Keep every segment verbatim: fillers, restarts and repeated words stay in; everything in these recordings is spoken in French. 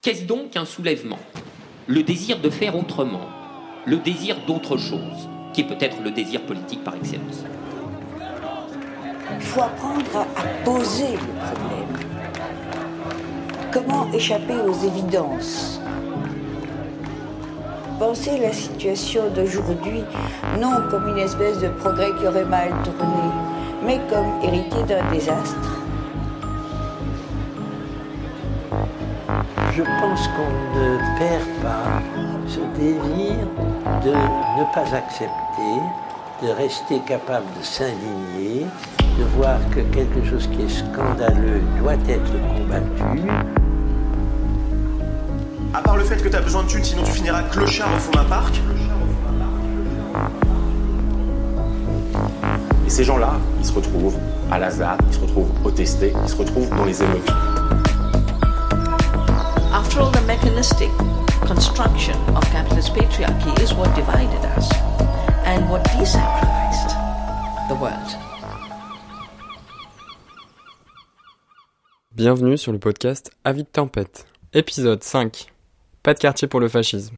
Qu'est-ce donc qu'un soulèvement ? Le désir de faire autrement, le désir d'autre chose, qui est peut-être le désir politique par excellence. Il faut apprendre à poser le problème. Comment échapper aux évidences ? Penser la situation d'aujourd'hui non comme une espèce de progrès qui aurait mal tourné, mais comme hérité d'un désastre. Je pense qu'on ne perd pas ce désir de ne pas accepter, de rester capable de s'indigner, de voir que quelque chose qui est scandaleux doit être combattu. À part le fait que tu as besoin de thunes, sinon tu finiras clochard au fond d'un parc. Et ces gens-là, ils se retrouvent à la Z A D, ils se retrouvent au Testé, ils se retrouvent dans les émeutes. After all, the mechanistic construction of capitalist patriarchy is what divided us and what desacralized the world. Bienvenue sur le podcast Avis de tempête, épisode cinq. Pas de quartier pour le fascisme.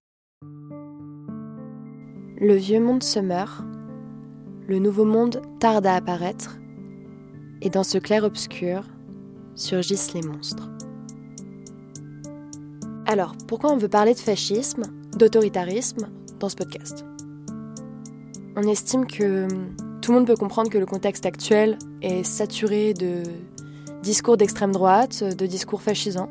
Le vieux monde se meurt, le nouveau monde tarde à apparaître, et dans ce clair-obscur surgissent les monstres. Alors, pourquoi on veut parler de fascisme, d'autoritarisme dans ce podcast ? On estime que tout le monde peut comprendre que le contexte actuel est saturé de discours d'extrême droite, de discours fascisants.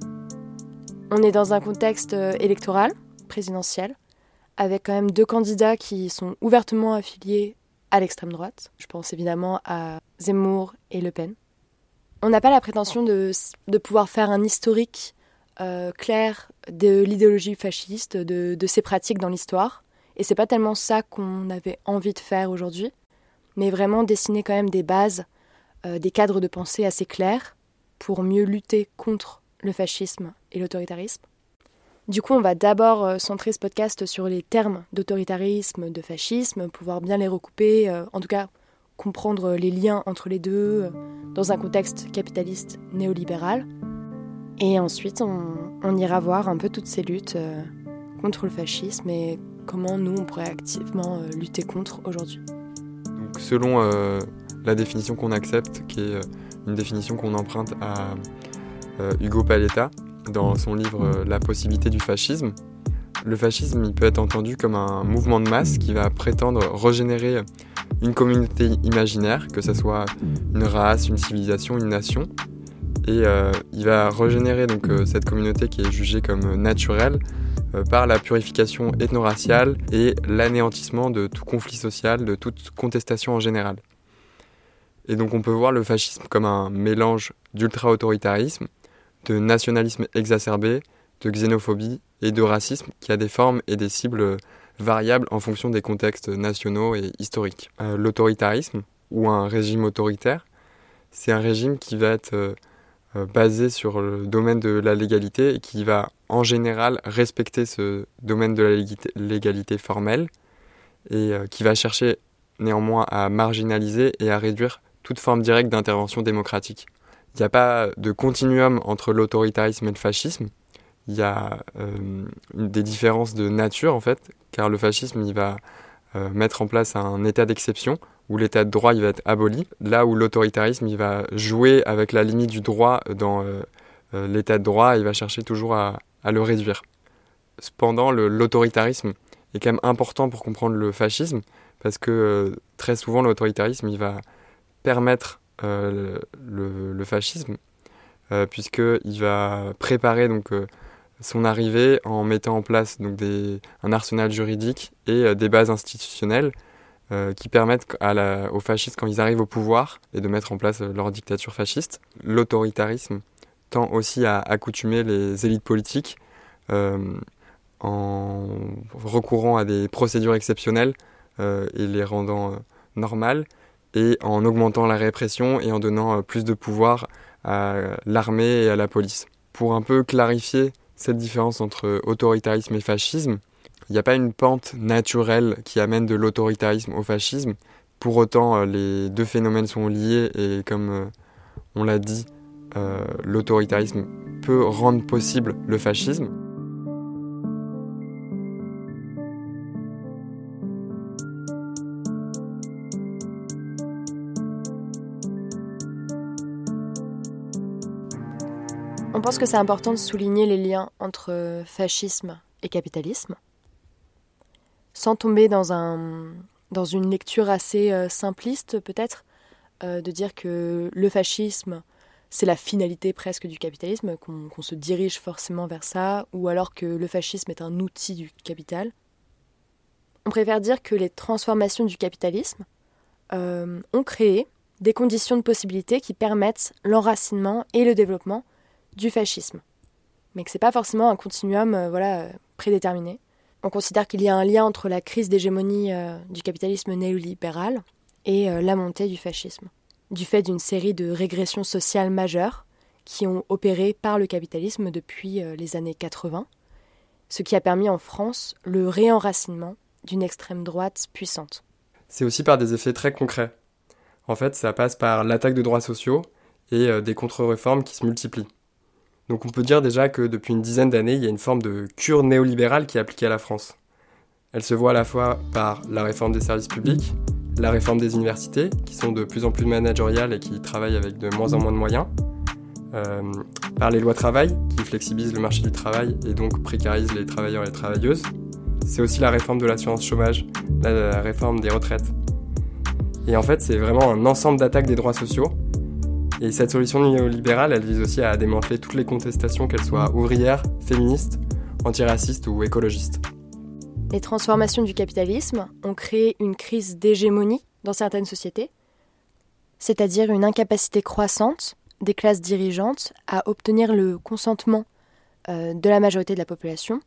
On est dans un contexte électoral, présidentiel, avec quand même deux candidats qui sont ouvertement affiliés à l'extrême droite. Je pense évidemment à Zemmour et Le Pen. On n'a pas la prétention de, de pouvoir faire un historique euh, clair de l'idéologie fasciste, de, de ses pratiques dans l'histoire. Et c'est pas tellement ça qu'on avait envie de faire aujourd'hui, mais vraiment dessiner quand même des bases, euh, des cadres de pensée assez clairs pour mieux lutter contre le fascisme et l'autoritarisme. Du coup, on va d'abord euh, centrer ce podcast sur les termes d'autoritarisme, de fascisme, pouvoir bien les recouper, euh, en tout cas comprendre les liens entre les deux euh, dans un contexte capitaliste néolibéral. Et ensuite, on, on ira voir un peu toutes ces luttes euh, contre le fascisme et comment nous, on pourrait activement euh, lutter contre aujourd'hui. Donc, selon euh, la définition qu'on accepte, qui est euh, une définition qu'on emprunte à euh, Hugo Paletta, dans son livre euh, La possibilité du fascisme, le fascisme il peut être entendu comme un mouvement de masse qui va prétendre régénérer une communauté imaginaire, que ce soit une race, une civilisation, une nation. Et euh, il va régénérer donc, euh, cette communauté qui est jugée comme naturelle euh, par la purification ethno-raciale et l'anéantissement de tout conflit social, de toute contestation en général. Et donc on peut voir le fascisme comme un mélange d'ultra-autoritarisme, de nationalisme exacerbé, de xénophobie et de racisme qui a des formes et des cibles variables en fonction des contextes nationaux et historiques. Euh, l'autoritarisme, ou un régime autoritaire, c'est un régime qui va être euh, euh, basé sur le domaine de la légalité et qui va en général respecter ce domaine de la légalité, légalité formelle et euh, qui va chercher néanmoins à marginaliser et à réduire toute forme directe d'intervention démocratique. Il n'y a pas de continuum entre l'autoritarisme et le fascisme. Il y a euh, des différences de nature, en fait, car le fascisme, il va euh, mettre en place un état d'exception où l'état de droit, il va être aboli, là où l'autoritarisme, il va jouer avec la limite du droit dans euh, euh, l'état de droit, il va chercher toujours à, à le réduire. Cependant, le, l'autoritarisme est quand même important pour comprendre le fascisme, parce que euh, très souvent, l'autoritarisme, il va permettre Euh, le, le fascisme, euh, puisqu'il va préparer donc, euh, son arrivée en mettant en place donc, des, un arsenal juridique et euh, des bases institutionnelles euh, qui permettent à la, aux fascistes, quand ils arrivent au pouvoir, et de mettre en place euh, leur dictature fasciste. L'autoritarisme tend aussi à accoutumer les élites politiques euh, en recourant à des procédures exceptionnelles euh, et les rendant euh, normales, et en augmentant la répression et en donnant plus de pouvoir à l'armée et à la police. Pour un peu clarifier cette différence entre autoritarisme et fascisme, il n'y a pas une pente naturelle qui amène de l'autoritarisme au fascisme. Pour autant, les deux phénomènes sont liés et comme on l'a dit, euh, l'autoritarisme peut rendre possible le fascisme. On pense que c'est important de souligner les liens entre fascisme et capitalisme, sans tomber dans, un, dans une lecture assez euh, simpliste peut-être, euh, de dire que le fascisme, c'est la finalité presque du capitalisme, qu'on, qu'on se dirige forcément vers ça, ou alors que le fascisme est un outil du capital. On préfère dire que les transformations du capitalisme euh, ont créé des conditions de possibilité qui permettent l'enracinement et le développement du fascisme, mais que c'est pas forcément un continuum euh, voilà, euh, prédéterminé. On considère qu'il y a un lien entre la crise d'hégémonie euh, du capitalisme néolibéral et euh, la montée du fascisme, du fait d'une série de régressions sociales majeures qui ont opéré par le capitalisme depuis euh, les années quatre-vingts, ce qui a permis en France le réenracinement d'une extrême droite puissante. C'est aussi par des effets très concrets. En fait, ça passe par l'attaque de droits sociaux et euh, des contre-réformes qui se multiplient. Donc on peut dire déjà que depuis une dizaine d'années, il y a une forme de cure néolibérale qui est appliquée à la France. Elle se voit à la fois par la réforme des services publics, la réforme des universités, qui sont de plus en plus managériales et qui travaillent avec de moins en moins de moyens, euh, par les lois travail, qui flexibilisent le marché du travail et donc précarisent les travailleurs et les travailleuses. C'est aussi la réforme de l'assurance chômage, la, la réforme des retraites. Et en fait, c'est vraiment un ensemble d'attaques des droits sociaux. Et cette solution néolibérale, elle vise aussi à démanteler toutes les contestations, qu'elles soient ouvrières, féministes, antiracistes ou écologistes. Les transformations du capitalisme ont créé une crise d'hégémonie dans certaines sociétés, c'est-à-dire une incapacité croissante des classes dirigeantes à obtenir le consentement euh, de la majorité de la population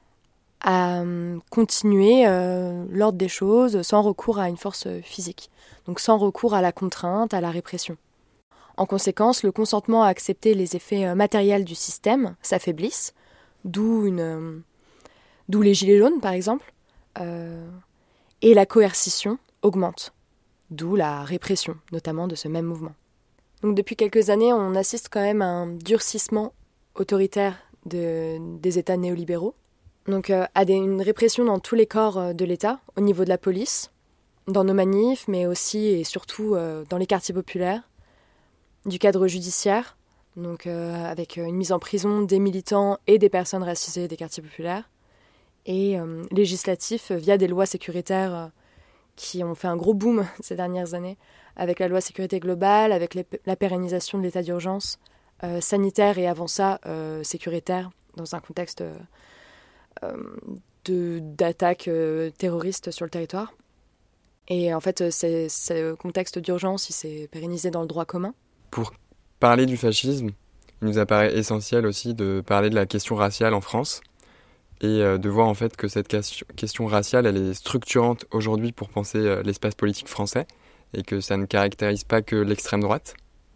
à euh, continuer euh, l'ordre des choses sans recours à une force physique, donc sans recours à la contrainte, à la répression. En conséquence, le consentement à accepter les effets matériels du système s'affaiblisse, d'où, une, euh, d'où les gilets jaunes, par exemple, euh, et la coercition augmente, d'où la répression, notamment de ce même mouvement. Donc depuis quelques années, on assiste quand même à un durcissement autoritaire de, des États néolibéraux, donc euh, à des, une répression dans tous les corps de l'État, au niveau de la police, dans nos manifs, mais aussi et surtout euh, dans les quartiers populaires, du cadre judiciaire, donc euh, avec une mise en prison des militants et des personnes racisées des quartiers populaires, et euh, législatif via des lois sécuritaires euh, qui ont fait un gros boom ces dernières années, avec la loi sécurité globale, avec les, la pérennisation de l'état d'urgence euh, sanitaire et avant ça euh, sécuritaire, dans un contexte euh, euh, de, d'attaque euh, terroriste sur le territoire. Et en fait, c'est, ce contexte d'urgence, il s'est pérennisé dans le droit commun. Pour parler du fascisme, il nous apparaît essentiel aussi de parler de la question raciale en France et euh, de voir en fait que cette question, question raciale, elle est structurante aujourd'hui pour penser euh, l'espace politique français et que ça ne caractérise pas que l'extrême droite.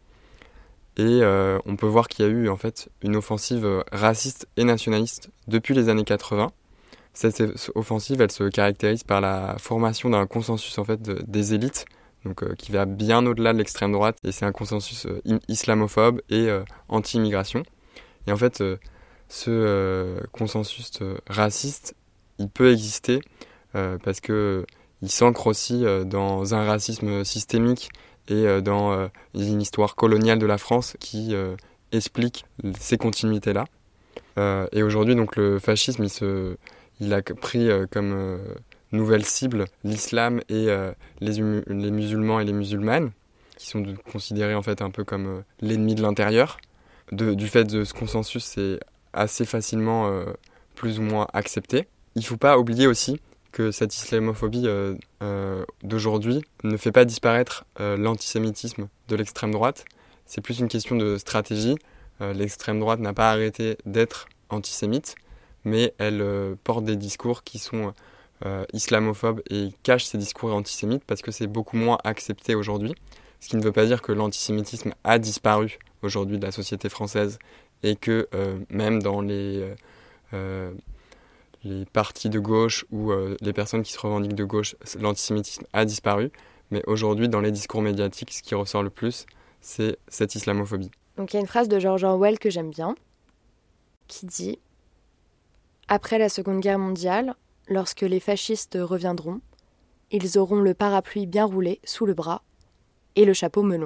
Et euh, on peut voir qu'il y a eu en fait une offensive raciste et nationaliste depuis les années quatre-vingts. Cette offensive, elle se caractérise par la formation d'un consensus en fait de, des élites, donc euh, qui va bien au-delà de l'extrême droite, et c'est un consensus euh, islamophobe et euh, anti-immigration. Et en fait, euh, ce euh, consensus euh, raciste, il peut exister euh, parce que il s'ancre aussi euh, dans un racisme systémique et euh, dans euh, une histoire coloniale de la France qui euh, explique ces continuités-là. Euh, et aujourd'hui, donc le fascisme, il se, il a pris euh, comme euh, nouvelle cible l'islam et euh, les, hum- les musulmans et les musulmanes, qui sont de, considérés en fait un peu comme euh, l'ennemi de l'intérieur. De, du fait de ce consensus, c'est assez facilement euh, plus ou moins accepté. Il ne faut pas oublier aussi que cette islamophobie euh, euh, d'aujourd'hui ne fait pas disparaître euh, l'antisémitisme de l'extrême droite. C'est plus une question de stratégie. Euh, l'extrême droite n'a pas arrêté d'être antisémite, mais elle euh, porte des discours qui sont euh, islamophobes et cache ces discours antisémites parce que c'est beaucoup moins accepté aujourd'hui. Ce qui ne veut pas dire que l'antisémitisme a disparu aujourd'hui de la société française et que euh, même dans les, euh, euh, les partis de gauche ou euh, les personnes qui se revendiquent de gauche, l'antisémitisme a disparu. Mais aujourd'hui, dans les discours médiatiques, ce qui ressort le plus, c'est cette islamophobie. Donc il y a une phrase de George Orwell que j'aime bien, qui dit « Après la Seconde Guerre mondiale, lorsque les fascistes reviendront, ils auront le parapluie bien roulé sous le bras et le chapeau melon. »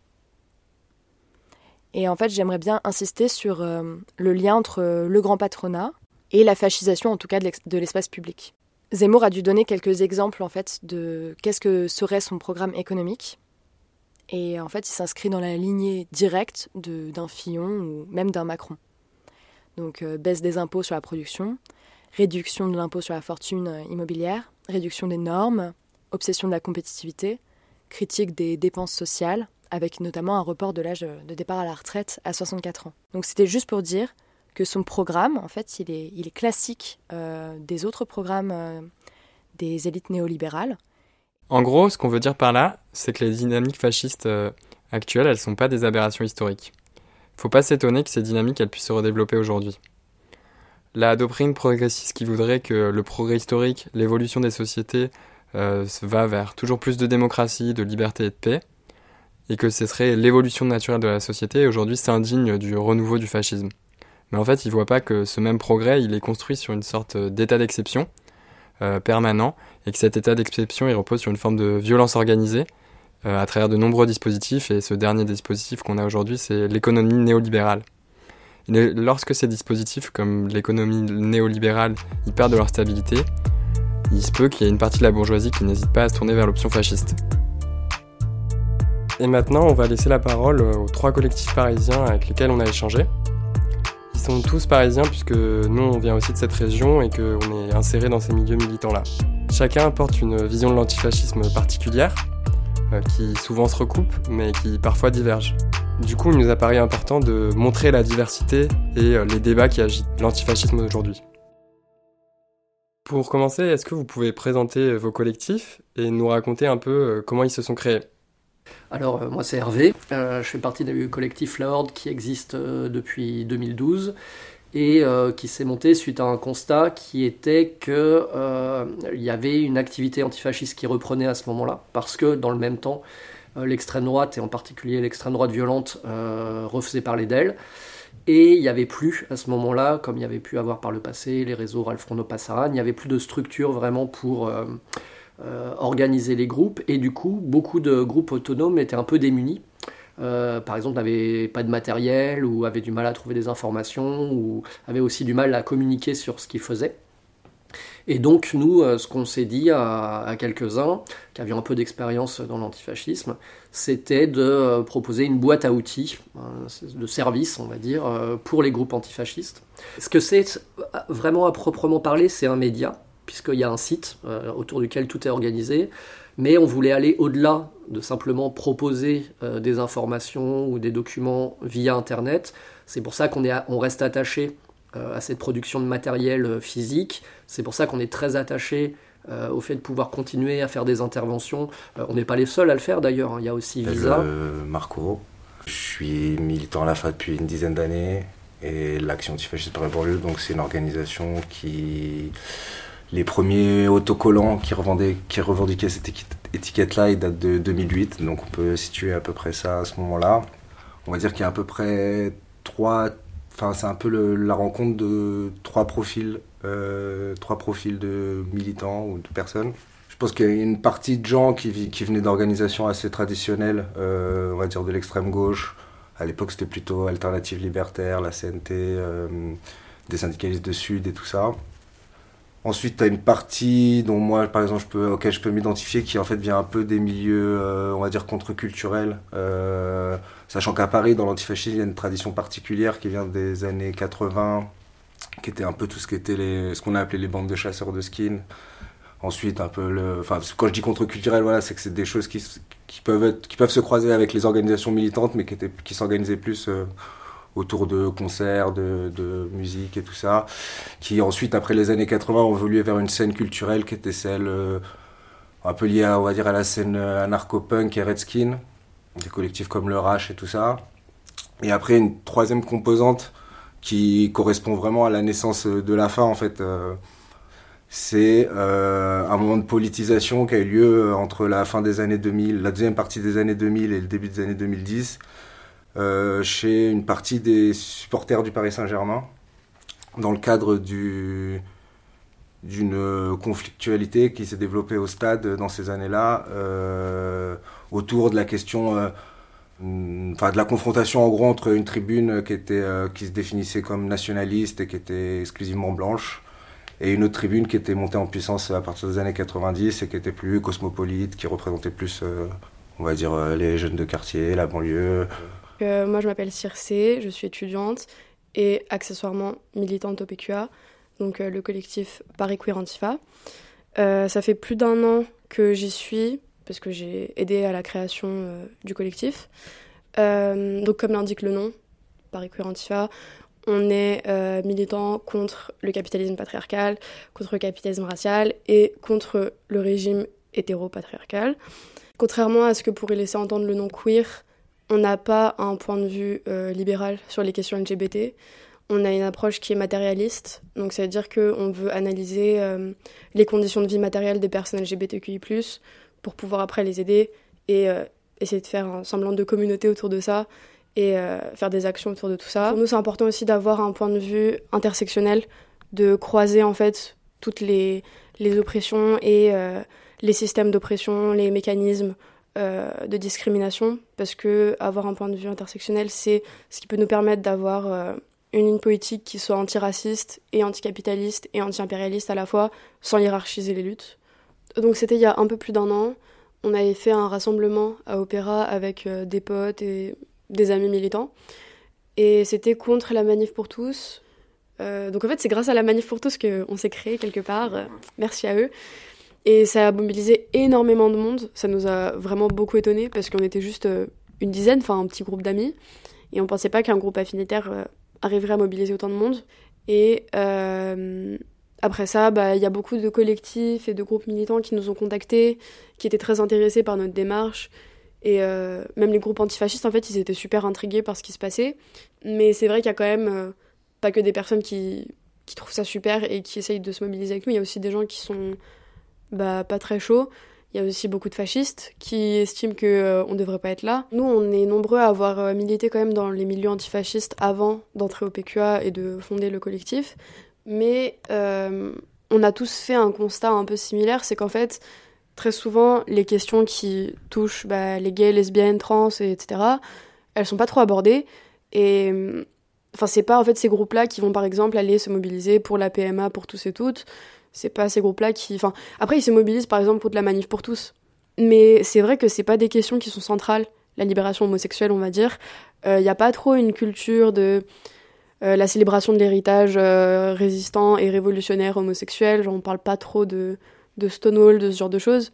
Et en fait, j'aimerais bien insister sur euh, le lien entre le grand patronat et la fascisation, en tout cas, de, l'ex- de l'espace public. Zemmour a dû donner quelques exemples, en fait, de qu'est-ce que serait son programme économique. Et en fait, il s'inscrit dans la lignée directe de, d'un Fillon ou même d'un Macron. Donc, euh, baisse des impôts sur la production, réduction de l'impôt sur la fortune immobilière, réduction des normes, obsession de la compétitivité, critique des dépenses sociales, avec notamment un report de l'âge de départ à la retraite à soixante-quatre ans. Donc, c'était juste pour dire que son programme, en fait, il est, il est classique euh, des autres programmes euh, des élites néolibérales. En gros, ce qu'on veut dire par là, c'est que les dynamiques fascistes euh, actuelles, elles ne sont pas des aberrations historiques. Il ne faut pas s'étonner que ces dynamiques elles puissent se redévelopper aujourd'hui. La doctrine progressiste qui voudrait que le progrès historique, l'évolution des sociétés, euh, va vers toujours plus de démocratie, de liberté et de paix, et que ce serait l'évolution naturelle de la société, aujourd'hui s'indigne du renouveau du fascisme. Mais en fait, ils ne voient pas que ce même progrès, il est construit sur une sorte d'état d'exception, Euh, permanent, et que cet état d'exception il repose sur une forme de violence organisée euh, à travers de nombreux dispositifs, et ce dernier dispositif qu'on a aujourd'hui, c'est l'économie néolibérale. Et lorsque ces dispositifs, comme l'économie néolibérale, ils perdent de leur stabilité, il se peut qu'il y ait une partie de la bourgeoisie qui n'hésite pas à se tourner vers l'option fasciste. Et maintenant, on va laisser la parole aux trois collectifs parisiens avec lesquels on a échangé. Ils sont tous parisiens puisque nous on vient aussi de cette région et qu'on est insérés dans ces milieux militants-là. Chacun porte une vision de l'antifascisme particulière, euh, qui souvent se recoupe mais qui parfois diverge. Du coup, il nous apparaît important de montrer la diversité et euh, les débats qui agitent l'antifascisme d'aujourd'hui. Pour commencer, est-ce que vous pouvez présenter vos collectifs et nous raconter un peu euh, comment ils se sont créés ? Alors, euh, moi, c'est Hervé. Euh, je fais partie du collectif La Horde qui existe euh, depuis deux mille douze et euh, qui s'est monté suite à un constat qui était qu'il euh, y avait une activité antifasciste qui reprenait à ce moment-là, parce que dans le même temps, euh, l'extrême droite, et en particulier l'extrême droite violente, euh, refaisait parler d'elle. Et il n'y avait plus, à ce moment-là, comme il y avait pu avoir par le passé, les réseaux Ralph Rono Passaran, il n'y avait plus de structure vraiment pour... Euh, Euh, organiser les groupes, et du coup beaucoup de groupes autonomes étaient un peu démunis, euh, par exemple n'avaient pas de matériel ou avaient du mal à trouver des informations ou avaient aussi du mal à communiquer sur ce qu'ils faisaient. Et donc nous, euh, ce qu'on s'est dit à, à quelques-uns qui avions un peu d'expérience dans l'antifascisme, c'était de euh, proposer une boîte à outils, euh, de services on va dire, euh, pour les groupes antifascistes. Ce que c'est vraiment à proprement parler, c'est un média, puisqu'il y a un site euh, autour duquel tout est organisé, mais on voulait aller au-delà de simplement proposer euh, des informations ou des documents via Internet. C'est pour ça qu'on est à, on reste attaché euh, à cette production de matériel euh, physique, c'est pour ça qu'on est très attaché euh, au fait de pouvoir continuer à faire des interventions. Euh, on n'est pas les seuls à le faire d'ailleurs, hein. Il y a aussi Visa. Euh, Marco, je suis militant à la F A depuis une dizaine d'années, et l'Action antifasciste Paris banlieue, donc c'est une organisation qui... Les premiers autocollants qui, qui revendiquaient cette étiquette-là, ils datent de deux mille huit, donc on peut situer à peu près ça à ce moment-là. On va dire qu'il y a à peu près trois... Enfin, c'est un peu le, la rencontre de trois profils, euh, trois profils de militants ou de personnes. Je pense qu'il y a une partie de gens qui, qui venaient d'organisations assez traditionnelles, euh, on va dire de l'extrême gauche. À l'époque, c'était plutôt Alternative Libertaire, la C N T, euh, des syndicalistes de Sud et tout ça. Ensuite, tu as une partie dont moi, par exemple, je peux, auquel je peux m'identifier, qui en fait vient un peu des milieux, euh, on va dire, contre-culturels. Euh, sachant qu'à Paris, dans l'antifascisme, il y a une tradition particulière qui vient des années quatre-vingts, qui était un peu tout ce qui était les, ce qu'on a appelé les bandes de chasseurs de skins. Ensuite, un peu le, enfin, quand je dis contre-culturel, voilà, c'est que c'est des choses qui, qui peuvent être, qui peuvent se croiser avec les organisations militantes, mais qui étaient, qui s'organisaient plus. Euh, autour de concerts, de, de musique et tout ça, qui ensuite, après les années quatre-vingts, ont évolué vers une scène culturelle qui était celle euh, un peu liée, à, on va dire, à la scène anarcho-punk et Redskin, des collectifs comme le Rash et tout ça. Et après, une troisième composante qui correspond vraiment à la naissance de la F A, en fait, euh, c'est euh, un moment de politisation qui a eu lieu entre la fin des années deux mille, la deuxième partie des années deux mille et le début des années deux mille dix, euh, chez une partie des supporters du Paris Saint-Germain, dans le cadre du, d'une conflictualité qui s'est développée au stade dans ces années-là, euh, autour de la question, euh, enfin de la confrontation en gros entre une tribune qui, était, euh, qui se définissait comme nationaliste et qui était exclusivement blanche, et une autre tribune qui était montée en puissance à partir des années quatre-vingt-dix et qui était plus cosmopolite, qui représentait plus, euh, on va dire, euh, les jeunes de quartier, la banlieue. Euh, moi, je m'appelle Circé, je suis étudiante et accessoirement militante au P Q A, donc euh, le collectif Paris Queer Antifa. Euh, ça fait plus d'un an que j'y suis, parce que j'ai aidé à la création euh, du collectif. Euh, donc, comme l'indique le nom, Paris Queer Antifa, on est euh, militant contre le capitalisme patriarcal, contre le capitalisme racial et contre le régime hétéro-patriarcal. Contrairement à ce que pourrait laisser entendre le nom queer, on n'a pas un point de vue euh, libéral sur les questions L G B T. On a une approche qui est matérialiste, donc ça veut dire qu'on veut analyser euh, les conditions de vie matérielles des personnes L G B T Q I plus, pour pouvoir après les aider et euh, essayer de faire un semblant de communauté autour de ça et euh, faire des actions autour de tout ça. Pour nous, c'est important aussi d'avoir un point de vue intersectionnel, de croiser en fait toutes les, les oppressions et euh, les systèmes d'oppression, les mécanismes euh, de discrimination, parce que avoir un point de vue intersectionnel, c'est ce qui peut nous permettre d'avoir euh, une ligne politique qui soit antiraciste et anticapitaliste et anti-impérialiste à la fois, sans hiérarchiser les luttes. Donc c'était il y a un peu plus d'un an, on avait fait un rassemblement à Opéra avec euh, des potes et des amis militants, et c'était contre la Manif pour tous. Euh, donc en fait c'est grâce à la Manif pour tous qu'on s'est créé quelque part, euh, merci à eux, et ça a mobilisé énormément de monde. Ça nous a vraiment beaucoup étonnés parce qu'on était juste euh, une dizaine, enfin un petit groupe d'amis, et on pensait pas qu'un groupe affinitaire euh, arriverait à mobiliser autant de monde. Et euh, après ça, bah, y a beaucoup de collectifs et de groupes militants qui nous ont contactés, qui étaient très intéressés par notre démarche. Et euh, même les groupes antifascistes, en fait, ils étaient super intrigués par ce qui se passait. Mais c'est vrai qu'il y a quand même euh, pas que des personnes qui, qui trouvent ça super et qui essayent de se mobiliser avec nous. Il y a aussi des gens qui sont bah, pas très chauds. Il y a aussi beaucoup de fascistes qui estiment qu'on euh, ne devrait pas être là. Nous, on est nombreux à avoir euh, milité quand même dans les milieux antifascistes avant d'entrer au P Q A et de fonder le collectif. Mais euh, on a tous fait un constat un peu similaire, c'est qu'en fait, très souvent, les questions qui touchent bah, les gays, lesbiennes, trans, et etc., elles sont pas trop abordées. Et enfin, c'est pas en fait ces groupes-là qui vont par exemple aller se mobiliser pour la P M A pour tous et toutes. C'est pas ces groupes-là qui... Enfin, après, ils se mobilisent par exemple contre la Manif pour tous. Mais c'est vrai que c'est pas des questions qui sont centrales. La libération homosexuelle, on va dire. Il euh, y a pas trop une culture de... Euh, la célébration de l'héritage euh, résistant et révolutionnaire homosexuel, genre on parle pas trop de, de Stonewall, de ce genre de choses.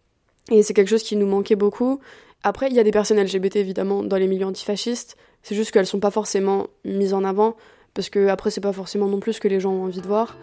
Et c'est quelque chose qui nous manquait beaucoup. Après, il y a des personnes L G B T évidemment dans les milieux antifascistes, c'est juste qu'elles sont pas forcément mises en avant, parce que après c'est pas forcément non plus ce que les gens ont envie de voir.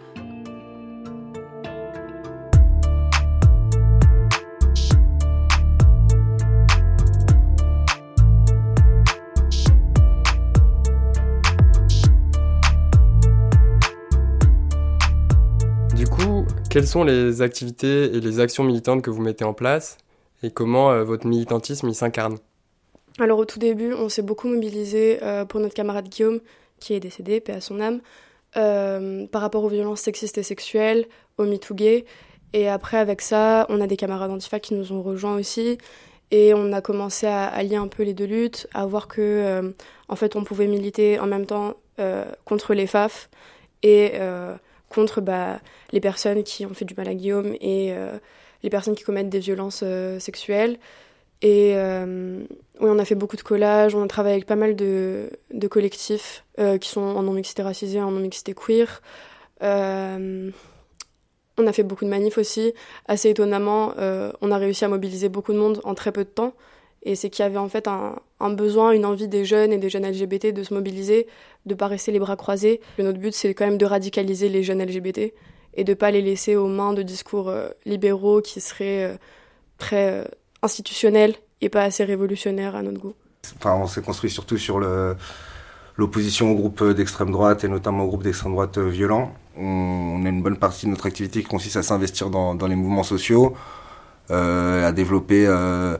Quelles sont les activités et les actions militantes que vous mettez en place et comment euh, votre militantisme y s'incarne ? Alors au tout début, on s'est beaucoup mobilisé euh, pour notre camarade Guillaume, qui est décédé, paix à son âme, euh, par rapport aux violences sexistes et sexuelles, au MeToo gay. Et après, avec ça, on a des camarades Antifa qui nous ont rejoints aussi. Et on a commencé à allier un peu les deux luttes, à voir que, euh, en fait, on pouvait militer en même temps euh, contre les F A F et... Euh, contre bah, les personnes qui ont fait du mal à Guillaume et euh, les personnes qui commettent des violences euh, sexuelles. Et euh, oui, on a fait beaucoup de collages, on a travaillé avec pas mal de, de collectifs euh, qui sont en non-mixité racisée, en non-mixité queer. Euh, on a fait beaucoup de manifs aussi. Assez étonnamment, euh, on a réussi à mobiliser beaucoup de monde en très peu de temps. Et c'est qu'il y avait en fait un, un besoin, une envie des jeunes et des jeunes L G B T de se mobiliser, de ne pas rester les bras croisés. Et notre but, c'est quand même de radicaliser les jeunes L G B T et de ne pas les laisser aux mains de discours euh, libéraux qui seraient euh, très euh, institutionnels et pas assez révolutionnaires à notre goût. Enfin, on s'est construit surtout sur le, l'opposition aux groupes d'extrême droite et notamment aux groupes d'extrême droite violents. On, on a une bonne partie de notre activité qui consiste à s'investir dans, dans les mouvements sociaux, euh, à développer... Euh,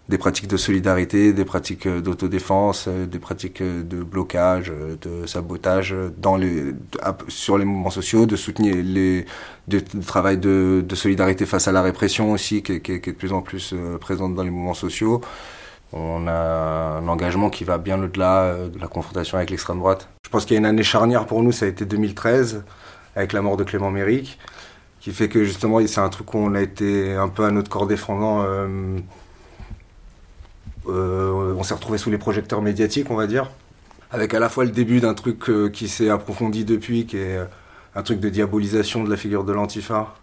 des pratiques de solidarité, des pratiques d'autodéfense, des pratiques de blocage, de sabotage dans les, sur les mouvements sociaux, de soutenir les, de, de travail de, de solidarité face à la répression aussi, qui, qui, qui est de plus en plus présente dans les mouvements sociaux. On a un engagement qui va bien au-delà de la confrontation avec l'extrême droite. Je pense qu'il y a une année charnière pour nous, ça a été deux mille treize, avec la mort de Clément Méric, qui fait que justement, c'est un truc où on a été un peu à notre corps défendant. Euh, Euh, on s'est retrouvé sous les projecteurs médiatiques, on va dire, avec à la fois le début d'un truc euh, qui s'est approfondi depuis, qui est un truc de diabolisation de la figure de l'antifa,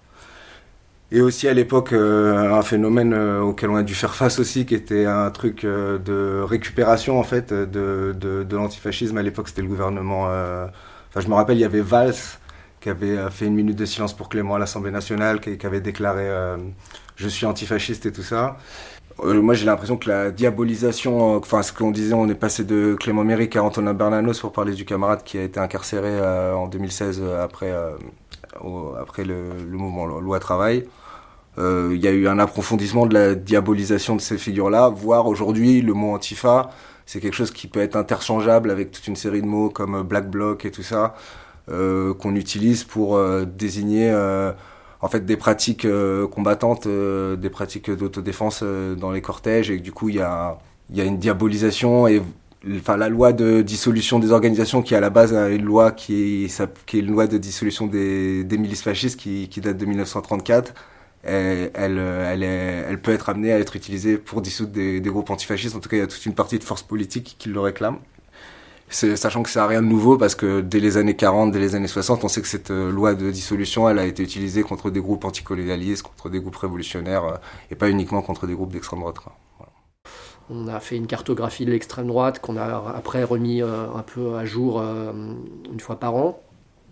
et aussi à l'époque euh, un phénomène euh, auquel on a dû faire face aussi, qui était un truc euh, de récupération en fait de, de, de l'antifascisme. À l'époque, c'était le gouvernement. Euh... Enfin, je me rappelle, il y avait Valls qui avait fait une minute de silence pour Clément à l'Assemblée nationale, qui, qui avait déclaré euh, « je suis antifasciste » et tout ça. Moi, j'ai l'impression que la diabolisation, enfin, ce qu'on disait, on est passé de Clément Méric à Antonin Bernanos pour parler du camarade qui a été incarcéré euh, en deux mille seize après, euh, au, après le, le mouvement Loi Travail. Il euh, y a eu un approfondissement de la diabolisation de ces figures-là, voire aujourd'hui, le mot antifa, c'est quelque chose qui peut être interchangeable avec toute une série de mots comme Black Bloc et tout ça, euh, qu'on utilise pour euh, désigner... Euh, en fait des pratiques euh, combattantes, euh, des pratiques d'autodéfense euh, dans les cortèges, et que, du coup il y a, y a une diabolisation, et enfin la loi de dissolution des organisations qui à la base est une loi qui est, qui est une loi de dissolution des, des milices fascistes qui, qui date de mille neuf cent trente-quatre, elle, elle, elle, est, elle peut être amenée à être utilisée pour dissoudre des, des groupes antifascistes. En tout cas, il y a toute une partie de forces politiques qui le réclament. C'est, sachant que ça n'a rien de nouveau, parce que dès les années quarante, dès les années soixante, on sait que cette loi de dissolution, elle a été utilisée contre des groupes anticolonialistes, contre des groupes révolutionnaires, et pas uniquement contre des groupes d'extrême droite. Voilà. On a fait une cartographie de l'extrême droite qu'on a après remis euh, un peu à jour euh, une fois par an,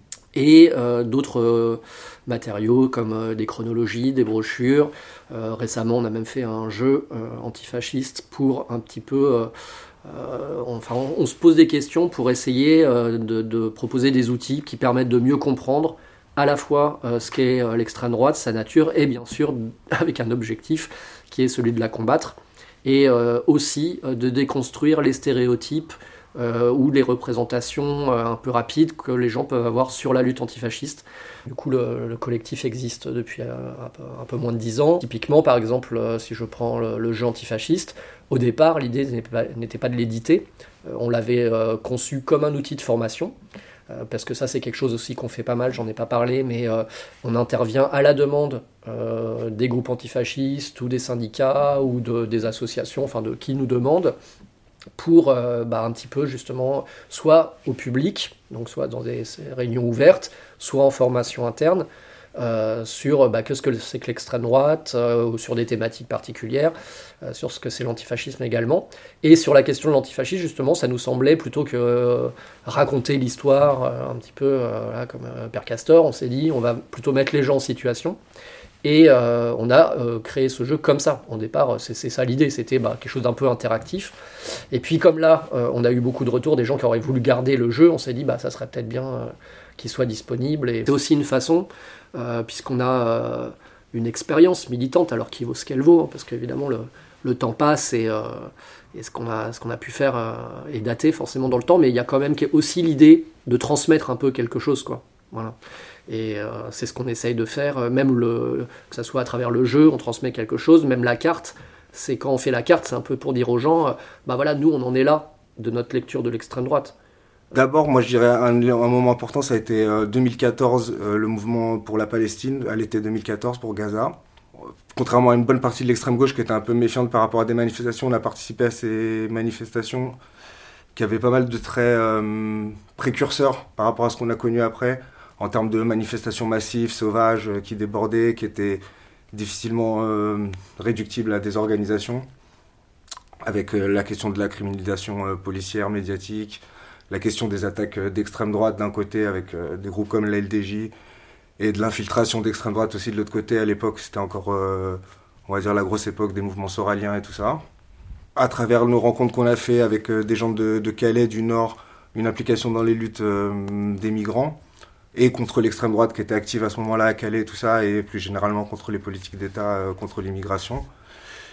et euh, d'autres euh, matériaux comme euh, des chronologies, des brochures. Euh, récemment, on a même fait un jeu euh, antifasciste pour un petit peu... Euh, Euh, enfin, on, on se pose des questions pour essayer euh, de, de proposer des outils qui permettent de mieux comprendre à la fois euh, ce qu'est euh, l'extrême droite, sa nature, et bien sûr avec un objectif qui est celui de la combattre, et euh, aussi euh, de déconstruire les stéréotypes euh, ou les représentations euh, un peu rapides que les gens peuvent avoir sur la lutte antifasciste. Du coup, le, le collectif existe depuis euh, un, peu, un peu moins de dix ans. Typiquement, par exemple, euh, si je prends le, le jeu antifasciste, au départ, l'idée n'était pas, n'était pas de l'éditer. Euh, on l'avait euh, conçu comme un outil de formation, euh, parce que ça, c'est quelque chose aussi qu'on fait pas mal, j'en ai pas parlé, mais euh, on intervient à la demande euh, des groupes antifascistes ou des syndicats ou de, des associations, enfin de qui nous demandent, pour euh, bah, un petit peu justement, soit au public, donc soit dans des réunions ouvertes, soit en formation interne, Euh, sur bah, qu'est-ce que c'est que l'extrême droite, euh, ou sur des thématiques particulières, euh, sur ce que c'est l'antifascisme également. Et sur la question de l'antifascisme, justement, ça nous semblait, plutôt que euh, raconter l'histoire euh, un petit peu euh, là, comme euh, Père Castor, on s'est dit on va plutôt mettre les gens en situation. Et euh, on a euh, créé ce jeu comme ça. Au départ, c'est, c'est ça l'idée, c'était bah, quelque chose d'un peu interactif. Et puis comme là, euh, on a eu beaucoup de retours, des gens qui auraient voulu garder le jeu, on s'est dit bah ça serait peut-être bien euh, qu'il soit disponible. Et c'est aussi une façon, euh, puisqu'on a euh, une expérience militante, alors qui vaut ce qu'elle vaut, hein, parce qu'évidemment le, le temps passe et, euh, et ce, qu'on a, ce qu'on a pu faire euh, est daté forcément dans le temps, mais il y a quand même aussi l'idée de transmettre un peu quelque chose, quoi. Voilà. Et euh, c'est ce qu'on essaye de faire, même le, que ça soit à travers le jeu, on transmet quelque chose, même la carte, c'est quand on fait la carte, c'est un peu pour dire aux gens, euh, bah voilà, nous on en est là, de notre lecture de l'extrême droite. D'abord, moi je dirais un, un moment important, ça a été euh, deux mille quatorze, euh, le mouvement pour la Palestine, à l'été deux mille quatorze pour Gaza. Contrairement à une bonne partie de l'extrême gauche qui était un peu méfiante par rapport à des manifestations, on a participé à ces manifestations qui avaient pas mal de traits euh, précurseurs par rapport à ce qu'on a connu après, en termes de manifestations massives, sauvages, euh, qui débordaient, qui étaient difficilement euh, réductibles à des organisations, avec euh, la question de la criminalisation euh, policière, médiatique, la question des attaques euh, d'extrême droite d'un côté, avec euh, des groupes comme la L D J, et de l'infiltration d'extrême droite aussi de l'autre côté. À l'époque, c'était encore, euh, on va dire, la grosse époque des mouvements soraliens et tout ça. À travers nos rencontres qu'on a fait avec euh, des gens de, de Calais, du Nord, une implication dans les luttes euh, des migrants, et contre l'extrême droite qui était active à ce moment-là à Calais, tout ça, et plus généralement contre les politiques d'État, euh, contre l'immigration.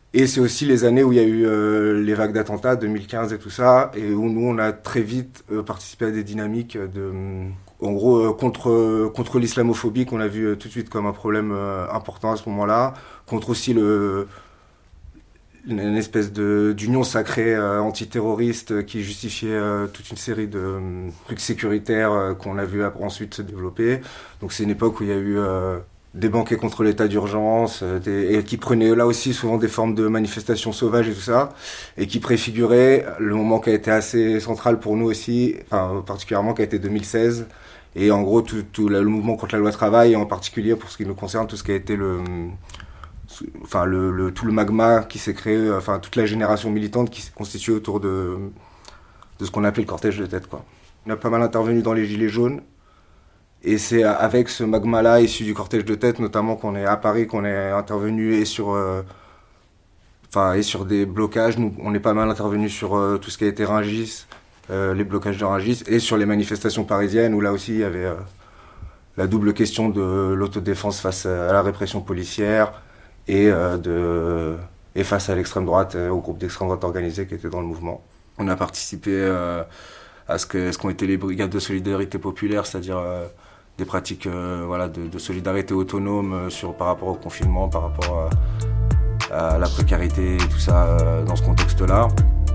Et c'est aussi les années où il y a eu euh, les vagues d'attentats, deux mille quinze et tout ça, et où nous, on a très vite euh, participé à des dynamiques de, en gros, euh, contre, euh, contre l'islamophobie qu'on a vu euh, tout de suite comme un problème euh, important à ce moment-là, contre aussi le, une espèce de, d'union sacrée euh, antiterroriste qui justifiait euh, toute une série de euh, trucs sécuritaires euh, qu'on a vu après, ensuite se développer. Donc c'est une époque où il y a eu... Euh, des banquets contre l'état d'urgence, euh, des, et qui prenaient là aussi souvent des formes de manifestations sauvages et tout ça, et qui préfiguraient le moment qui a été assez central pour nous aussi, enfin particulièrement qui a été deux mille seize, et en gros tout, tout le mouvement contre la loi travail, et en particulier pour ce qui nous concerne, tout ce qui a été le, enfin le, le tout le magma qui s'est créé, enfin toute la génération militante qui s'est constituée autour de, de ce qu'on appelait le cortège de tête, quoi. On a pas mal intervenu dans les Gilets jaunes. Et c'est avec ce magma-là, issu du cortège de tête, notamment qu'on est à Paris, qu'on est intervenu et sur, euh, enfin, et sur des blocages. Nous, on est pas mal intervenu sur euh, tout ce qui a été Rungis, euh, les blocages de Rungis, et sur les manifestations parisiennes, où là aussi il y avait euh, la double question de l'autodéfense face à la répression policière et, euh, de, et face à l'extrême droite, euh, au groupe d'extrême droite organisé qui était dans le mouvement. On a participé euh, à ce, que, ce qu'ont été les brigades de solidarité populaire, c'est-à-dire euh, des pratiques euh, voilà, de, de solidarité autonome euh, sur, par rapport au confinement, par rapport à, à la précarité et tout ça euh, dans ce contexte-là.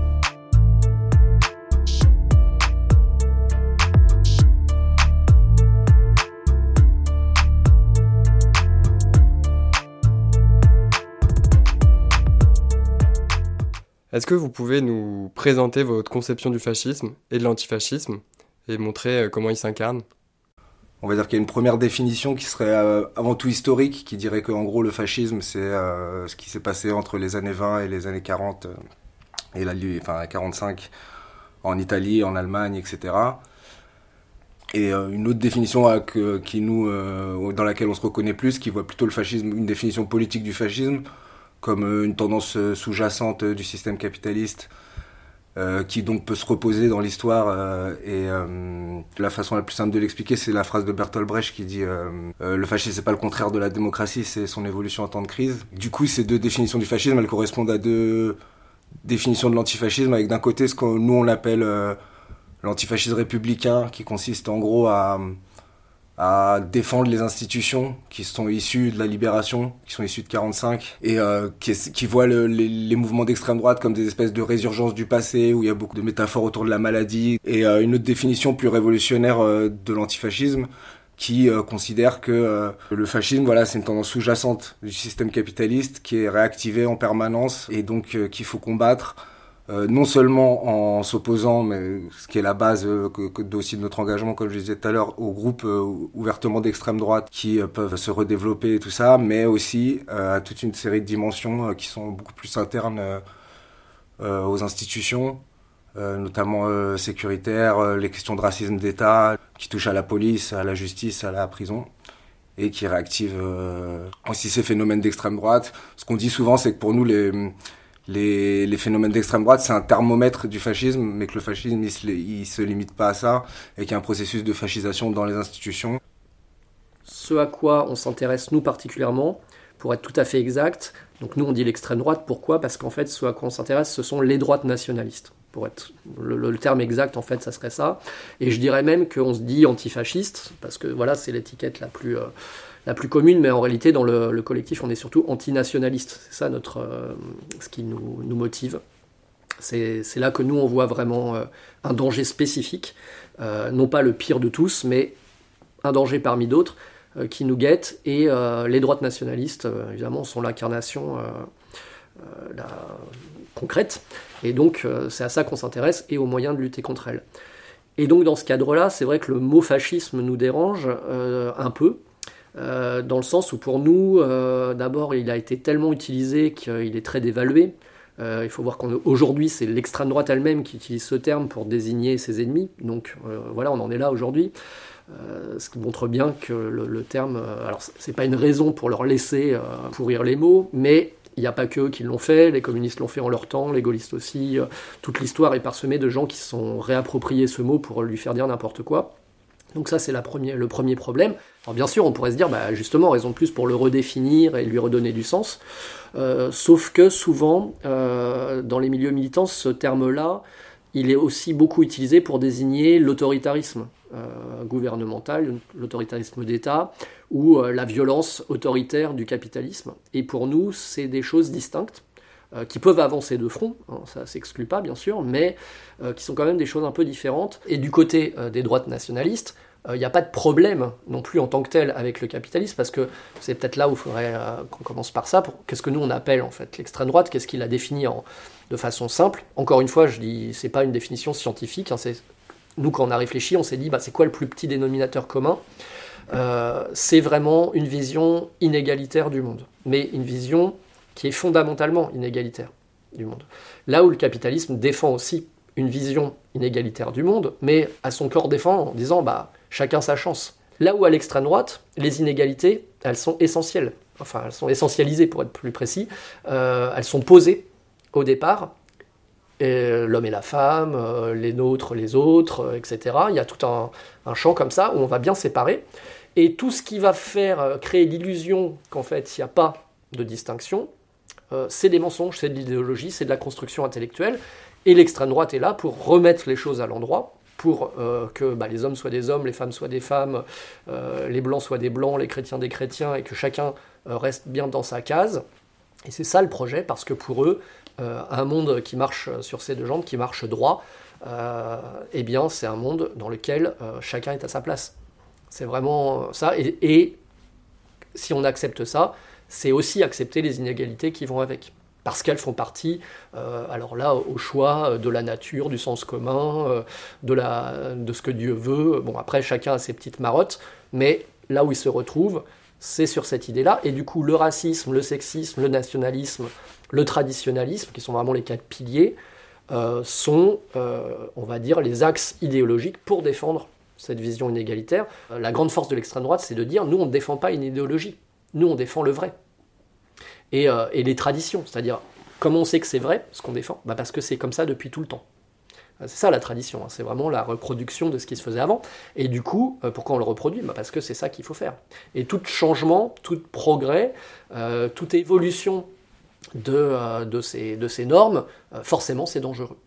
Est-ce que vous pouvez nous présenter votre conception du fascisme et de l'antifascisme et montrer comment ils s'incarnent ? On va dire qu'il y a une première définition qui serait euh, avant tout historique, qui dirait qu'en gros le fascisme c'est euh, ce qui s'est passé entre les années vingt et les années quarante, euh, et la, enfin quarante-cinq en Italie, en Allemagne, et cetera. Et euh, une autre définition euh, que, qui nous, euh, dans laquelle on se reconnaît plus, qui voit plutôt le fascisme, une définition politique du fascisme, comme euh, une tendance euh, sous-jacente euh, du système capitaliste, Euh, qui donc peut se reposer dans l'histoire euh, et euh, la façon la plus simple de l'expliquer, c'est la phrase de Bertolt Brecht qui dit euh, euh, le fascisme c'est pas le contraire de la démocratie, c'est son évolution en temps de crise. Du coup, ces deux définitions du fascisme, elles correspondent à deux définitions de l'antifascisme, avec d'un côté ce que nous on appelle euh, l'antifascisme républicain, qui consiste en gros à à défendre les institutions qui sont issues de la libération, qui sont issues de quarante-cinq, et euh, qui, qui voient le, les, les mouvements d'extrême droite comme des espèces de résurgence du passé, où il y a beaucoup de métaphores autour de la maladie, et euh, une autre définition plus révolutionnaire euh, de l'antifascisme, qui euh, considère que euh, le fascisme, voilà, c'est une tendance sous-jacente du système capitaliste qui est réactivée en permanence, et donc euh, qu'il faut combattre, Euh, non seulement en s'opposant, mais ce qui est la base euh, que, que aussi de notre engagement, comme je disais tout à l'heure, aux groupes euh, ouvertement d'extrême droite qui euh, peuvent se redévelopper et tout ça, mais aussi euh, à toute une série de dimensions euh, qui sont beaucoup plus internes euh, euh, aux institutions, euh, notamment euh, sécuritaires, euh, les questions de racisme d'État, qui touchent à la police, à la justice, à la prison, et qui réactivent euh, aussi ces phénomènes d'extrême droite. Ce qu'on dit souvent, c'est que pour nous, les... Les, les phénomènes d'extrême droite, c'est un thermomètre du fascisme, mais que le fascisme, il se, il se limite pas à ça, et qu'il y a un processus de fascisation dans les institutions. Ce à quoi on s'intéresse, nous, particulièrement, pour être tout à fait exact, donc nous, on dit l'extrême droite, pourquoi ? Parce qu'en fait, ce à quoi on s'intéresse, ce sont les droites nationalistes. Pour être le, le terme exact, en fait, ça serait ça. Et je dirais même qu'on se dit antifasciste, parce que voilà, c'est l'étiquette la plus... Euh, la plus commune, mais en réalité, dans le, le collectif, on est surtout antinationaliste. C'est ça notre, euh, ce qui nous, nous motive. C'est, c'est là que nous, on voit vraiment euh, un danger spécifique, euh, non pas le pire de tous, mais un danger parmi d'autres euh, qui nous guette. Et euh, les droites nationalistes, euh, évidemment, sont l'incarnation euh, euh, la, concrète. Et donc, euh, c'est à ça qu'on s'intéresse et aux moyens de lutter contre elles. Et donc, dans ce cadre-là, c'est vrai que le mot fascisme nous dérange euh, un peu. Euh, dans le sens où pour nous, euh, d'abord, il a été tellement utilisé qu'il est très dévalué. Euh, il faut voir qu'aujourd'hui, c'est l'extrême droite elle-même qui utilise ce terme pour désigner ses ennemis. Donc euh, voilà, on en est là aujourd'hui. Euh, ce qui montre bien que le, le terme... Euh, alors, c'est pas une raison pour leur laisser euh, pourrir les mots, mais il n'y a pas qu'eux qui l'ont fait. Les communistes l'ont fait en leur temps, les gaullistes aussi. Euh, toute l'histoire est parsemée de gens qui se sont réappropriés ce mot pour lui faire dire n'importe quoi. Donc ça, c'est la première, le premier problème. Alors bien sûr, on pourrait se dire, bah, justement, raison de plus pour le redéfinir et lui redonner du sens. Euh, sauf que souvent, euh, dans les milieux militants, ce terme-là, il est aussi beaucoup utilisé pour désigner l'autoritarisme euh, gouvernemental, l'autoritarisme d'État, ou euh, la violence autoritaire du capitalisme. Et pour nous, c'est des choses distinctes, euh, qui peuvent avancer de front, hein, ça ne s'exclut pas bien sûr, mais euh, qui sont quand même des choses un peu différentes. Et du côté euh, des droites nationalistes, il euh, n'y a pas de problème non plus en tant que tel avec le capitalisme, parce que c'est peut-être là où il faudrait euh, qu'on commence par ça. Pour, qu'est-ce que nous on appelle en fait l'extrême droite? Qu'est-ce qu'il a défini en, de façon simple? Encore une fois, je dis, c'est pas une définition scientifique. Hein, c'est, nous, quand on a réfléchi, on s'est dit, bah, c'est quoi le plus petit dénominateur commun? euh, C'est vraiment une vision inégalitaire du monde, mais une vision qui est fondamentalement inégalitaire du monde. Là où le capitalisme défend aussi une vision inégalitaire du monde, mais à son corps défend en disant bah, chacun sa chance. Là où à l'extrême droite, les inégalités, elles sont essentielles, enfin elles sont essentialisées pour être plus précis, euh, elles sont posées au départ, et l'homme et la femme, euh, les nôtres, les autres, euh, et cetera. Il y a tout un, un champ comme ça où on va bien séparer, et tout ce qui va faire euh, créer l'illusion qu'en fait il n'y a pas de distinction, euh, c'est des mensonges, c'est de l'idéologie, c'est de la construction intellectuelle. Et l'extrême droite est là pour remettre les choses à l'endroit, pour euh, que bah, les hommes soient des hommes, les femmes soient des femmes, euh, les blancs soient des blancs, les chrétiens des chrétiens, et que chacun euh, reste bien dans sa case. Et c'est ça le projet, parce que pour eux, euh, un monde qui marche sur ses deux jambes, qui marche droit, euh, eh bien c'est un monde dans lequel euh, chacun est à sa place. C'est vraiment ça. Et, et si on accepte ça, c'est aussi accepter les inégalités qui vont avec. Parce qu'elles font partie, euh, alors là, au choix de la nature, du sens commun, euh, de, la, de ce que Dieu veut. Bon, après, chacun a ses petites marottes, mais là où il se retrouve, c'est sur cette idée-là. Et du coup, le racisme, le sexisme, le nationalisme, le traditionnalisme, qui sont vraiment les quatre piliers, euh, sont, euh, on va dire, les axes idéologiques pour défendre cette vision inégalitaire. Euh, la grande force de l'extrême droite, c'est de dire, nous, on ne défend pas une idéologie, nous, on défend le vrai. Et, euh, et les traditions, c'est-à-dire, comment on sait que c'est vrai, ce qu'on défend? Bah parce que c'est comme ça depuis tout le temps. C'est ça la tradition, hein. C'est vraiment la reproduction de ce qui se faisait avant. Et du coup, euh, pourquoi on le reproduit? Bah parce que c'est ça qu'il faut faire. Et tout changement, tout progrès, euh, toute évolution de, euh, de, ces, de ces normes, euh, forcément c'est dangereux.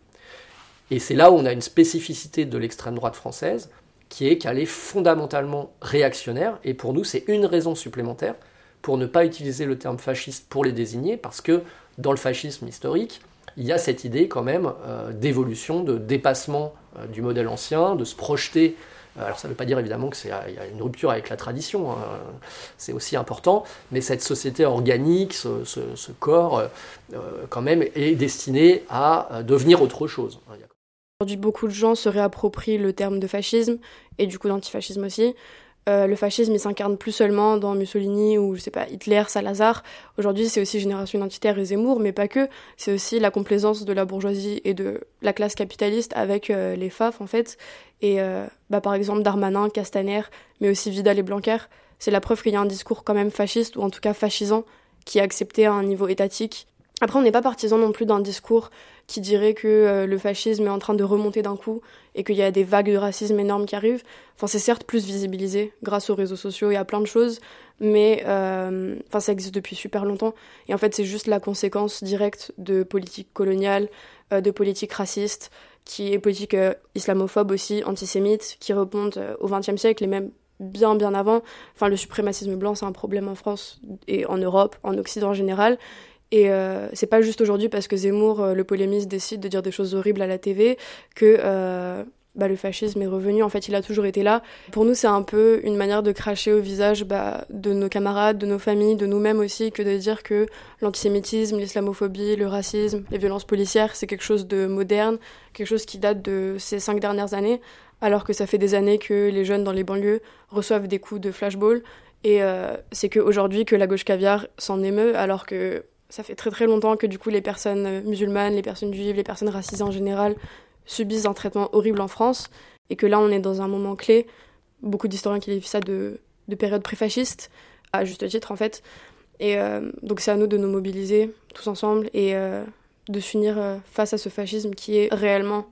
Et c'est là où on a une spécificité de l'extrême droite française, qui est qu'elle est fondamentalement réactionnaire, et pour nous c'est une raison supplémentaire pour ne pas utiliser le terme fasciste pour les désigner, parce que dans le fascisme historique, il y a cette idée quand même euh, d'évolution, de dépassement euh, du modèle ancien, de se projeter. Euh, alors ça ne veut pas dire évidemment qu'il y a une rupture avec la tradition, hein, c'est aussi important, mais cette société organique, ce, ce, ce corps, euh, quand même, est destiné à euh, devenir autre chose. Aujourd'hui, beaucoup de gens se réapproprient le terme de fascisme, et du coup d'antifascisme aussi. Euh, le fascisme, il s'incarne plus seulement dans Mussolini ou, je sais pas, Hitler, Salazar. Aujourd'hui, c'est aussi Génération Identitaire et Zemmour, mais pas que. C'est aussi la complaisance de la bourgeoisie et de la classe capitaliste avec euh, les F A F, en fait. Et euh, bah, par exemple, Darmanin, Castaner, mais aussi Vidal et Blanquer. C'est la preuve qu'il y a un discours quand même fasciste, ou en tout cas fascisant, qui est accepté à un niveau étatique. Après, on n'est pas partisan non plus d'un discours qui dirait que euh, le fascisme est en train de remonter d'un coup et qu'il y a des vagues de racisme énormes qui arrivent. Enfin, c'est certes plus visibilisé grâce aux réseaux sociaux et à plein de choses, mais euh, enfin, ça existe depuis super longtemps. Et en fait, c'est juste la conséquence directe de politiques coloniales, euh, de politiques racistes, qui est politique euh, islamophobe aussi, antisémite, qui remonte euh, au vingtième siècle et même bien bien avant. Enfin, le suprémacisme blanc, c'est un problème en France et en Europe, en Occident en général. Et euh, c'est pas juste aujourd'hui parce que Zemmour, euh, le polémiste, décide de dire des choses horribles à la T V que euh, bah, le fascisme est revenu. En fait, il a toujours été là. Pour nous, c'est un peu une manière de cracher au visage bah, de nos camarades, de nos familles, de nous-mêmes aussi, que de dire que l'antisémitisme, l'islamophobie, le racisme, les violences policières, c'est quelque chose de moderne, quelque chose qui date de ces cinq dernières années, alors que ça fait des années que les jeunes dans les banlieues reçoivent des coups de flashball. Et euh, c'est qu'aujourd'hui que la gauche caviar s'en émeut, alors que ça fait très très longtemps que du coup les personnes musulmanes, les personnes juives, les personnes racisées en général subissent un traitement horrible en France, et que là on est dans un moment clé. Beaucoup d'historiens qualifient ça de, de période pré-fasciste, à juste titre en fait. Et euh, donc c'est à nous de nous mobiliser tous ensemble et euh, de s'unir euh, face à ce fascisme qui est réellement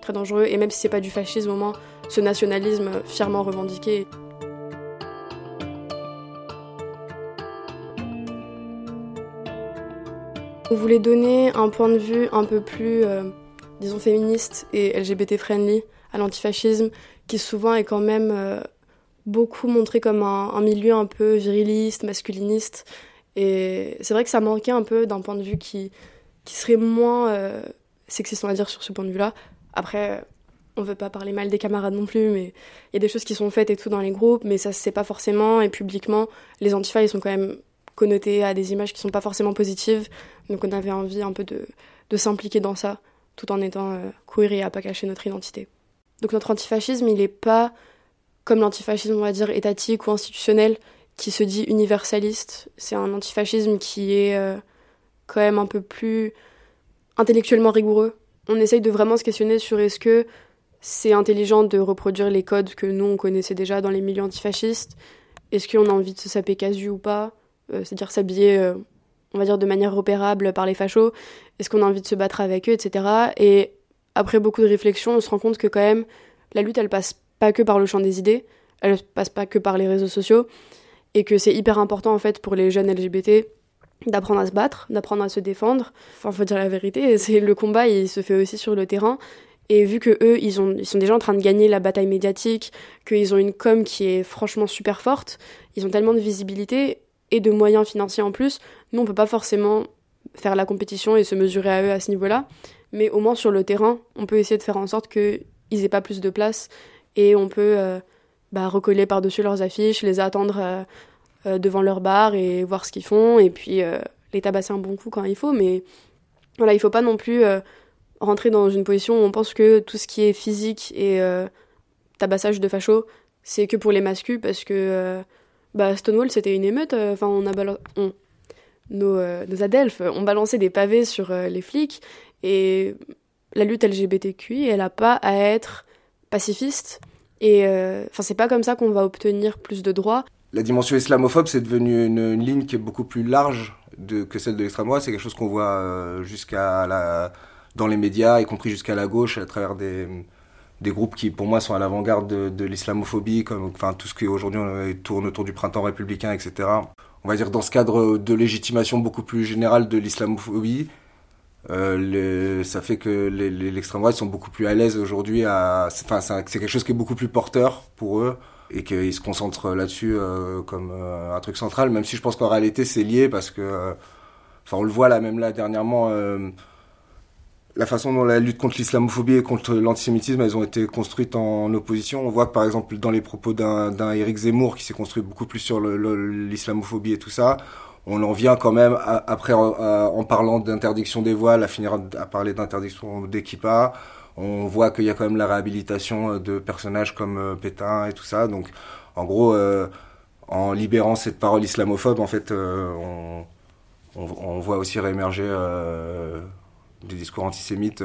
très dangereux, et même si c'est pas du fascisme, au moins ce nationalisme fièrement revendiqué. On voulait donner un point de vue un peu plus, euh, disons, féministe et L G B T-friendly à l'antifascisme, qui souvent est quand même euh, beaucoup montré comme un, un milieu un peu viriliste, masculiniste. Et c'est vrai que ça manquait un peu d'un point de vue qui, qui serait moins euh, sexiste, on va dire, sur ce point de vue-là. Après, on veut pas parler mal des camarades non plus, mais il y a des choses qui sont faites et tout dans les groupes, mais ça se sait pas forcément, et publiquement, les antifas, ils sont quand même connotés à des images qui sont pas forcément positives, donc on avait envie un peu de, de s'impliquer dans ça, tout en étant euh, queer et à pas cacher notre identité. Donc notre antifascisme, il est pas comme l'antifascisme, on va dire, étatique ou institutionnel, qui se dit universaliste. C'est un antifascisme qui est euh, quand même un peu plus intellectuellement rigoureux. On essaye de vraiment se questionner sur est-ce que c'est intelligent de reproduire les codes que nous, on connaissait déjà dans les milieux antifascistes. Est-ce qu'on a envie de se saper casu ou pas, euh, c'est-à-dire s'habiller, euh, on va dire, de manière repérable par les fachos. Est-ce qu'on a envie de se battre avec eux, et cetera. Et après beaucoup de réflexions, on se rend compte que quand même, la lutte, elle passe pas que par le champ des idées, elle passe pas que par les réseaux sociaux, et que c'est hyper important, en fait, pour les jeunes L G B T d'apprendre à se battre, d'apprendre à se défendre. Enfin, faut dire la vérité, c'est le combat, il se fait aussi sur le terrain. Et vu que eux, ils, ont, ils sont déjà en train de gagner la bataille médiatique, qu'ils ont une com qui est franchement super forte, ils ont tellement de visibilité et de moyens financiers en plus, nous, on peut pas forcément faire la compétition et se mesurer à eux à ce niveau-là, mais au moins sur le terrain, on peut essayer de faire en sorte qu'ils aient pas plus de place, et on peut euh, bah, recoller par-dessus leurs affiches, les attendre euh, euh, devant leur bar et voir ce qu'ils font, et puis euh, les tabasser un bon coup quand il faut, mais voilà, il faut pas non plus euh, rentrer dans une position où on pense que tout ce qui est physique et euh, tabassage de fachos, c'est que pour les mascus, parce que euh, bah, Stonewall, c'était une émeute, enfin, euh, on a balancé... Nos, euh, nos adelphes ont balancé des pavés sur euh, les flics, et la lutte L G B T Q I, elle a pas à être pacifiste, et enfin euh, c'est pas comme ça qu'on va obtenir plus de droits. La dimension islamophobe, c'est devenu une, une ligne qui est beaucoup plus large de, que celle de l'extrême droite. C'est quelque chose qu'on voit euh, jusqu'à la, dans les médias, y compris jusqu'à la gauche, à travers des, des groupes qui, pour moi, sont à l'avant-garde de, de l'islamophobie, comme enfin, tout ce qui aujourd'hui tourne autour du printemps républicain, et cetera. On va dire dans ce cadre de légitimation beaucoup plus générale de l'islamophobie, euh, le, ça fait que les, les, l'extrême droite sont beaucoup plus à l'aise aujourd'hui. À, enfin, c'est, c'est quelque chose qui est beaucoup plus porteur pour eux, et qu'ils se concentrent là-dessus euh, comme euh, un truc central, même si je pense qu'en réalité c'est lié, parce que, euh, enfin, on le voit là, même là dernièrement, euh, la façon dont la lutte contre l'islamophobie et contre l'antisémitisme, elles ont été construites en opposition. On voit que par exemple dans les propos d'un, d'un Éric Zemmour qui s'est construit beaucoup plus sur le, le, l'islamophobie et tout ça, on en vient quand même à, après en, à, en parlant d'interdiction des voiles à finir à parler d'interdiction des kippas. On voit qu'il y a quand même la réhabilitation de personnages comme euh, Pétain et tout ça. Donc en gros, euh, en libérant cette parole islamophobe, en fait, euh, on, on, on voit aussi réémerger euh, des discours antisémites.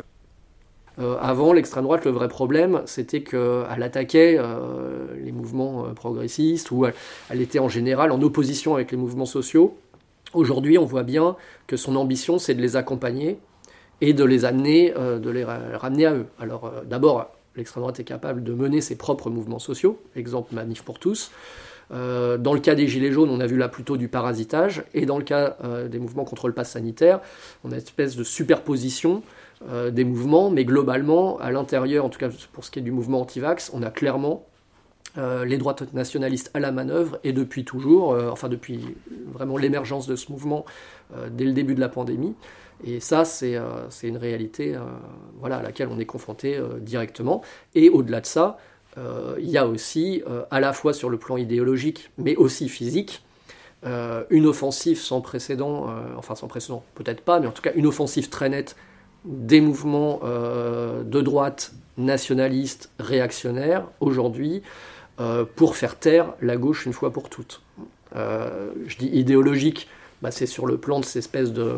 Euh, avant, l'extrême droite, le vrai problème, c'était qu'elle attaquait euh, les mouvements euh, progressistes, ou elle, elle était en général en opposition avec les mouvements sociaux. Aujourd'hui, on voit bien que son ambition, c'est de les accompagner et de les amener, euh, de les ra- ramener à eux. Alors, euh, d'abord, l'extrême droite est capable de mener ses propres mouvements sociaux, exemple Manif pour tous. Euh, dans le cas des Gilets jaunes, on a vu là plutôt du parasitage, et dans le cas euh, des mouvements contre le pass sanitaire, on a une espèce de superposition euh, des mouvements, mais globalement, à l'intérieur, en tout cas pour ce qui est du mouvement anti-vax, on a clairement euh, les droites nationalistes à la manœuvre, et depuis toujours, euh, enfin depuis vraiment l'émergence de ce mouvement euh, dès le début de la pandémie. Et ça, c'est, euh, c'est une réalité euh, voilà, à laquelle on est confronté euh, directement. Et au-delà de ça, euh, il y a aussi, euh, à la fois sur le plan idéologique, mais aussi physique, euh, une offensive sans précédent, euh, enfin sans précédent, peut-être pas, mais en tout cas une offensive très nette des mouvements euh, de droite nationalistes, réactionnaires, aujourd'hui, euh, pour faire taire la gauche une fois pour toutes. Euh, je dis idéologique, bah, c'est sur le plan de cette espèce de...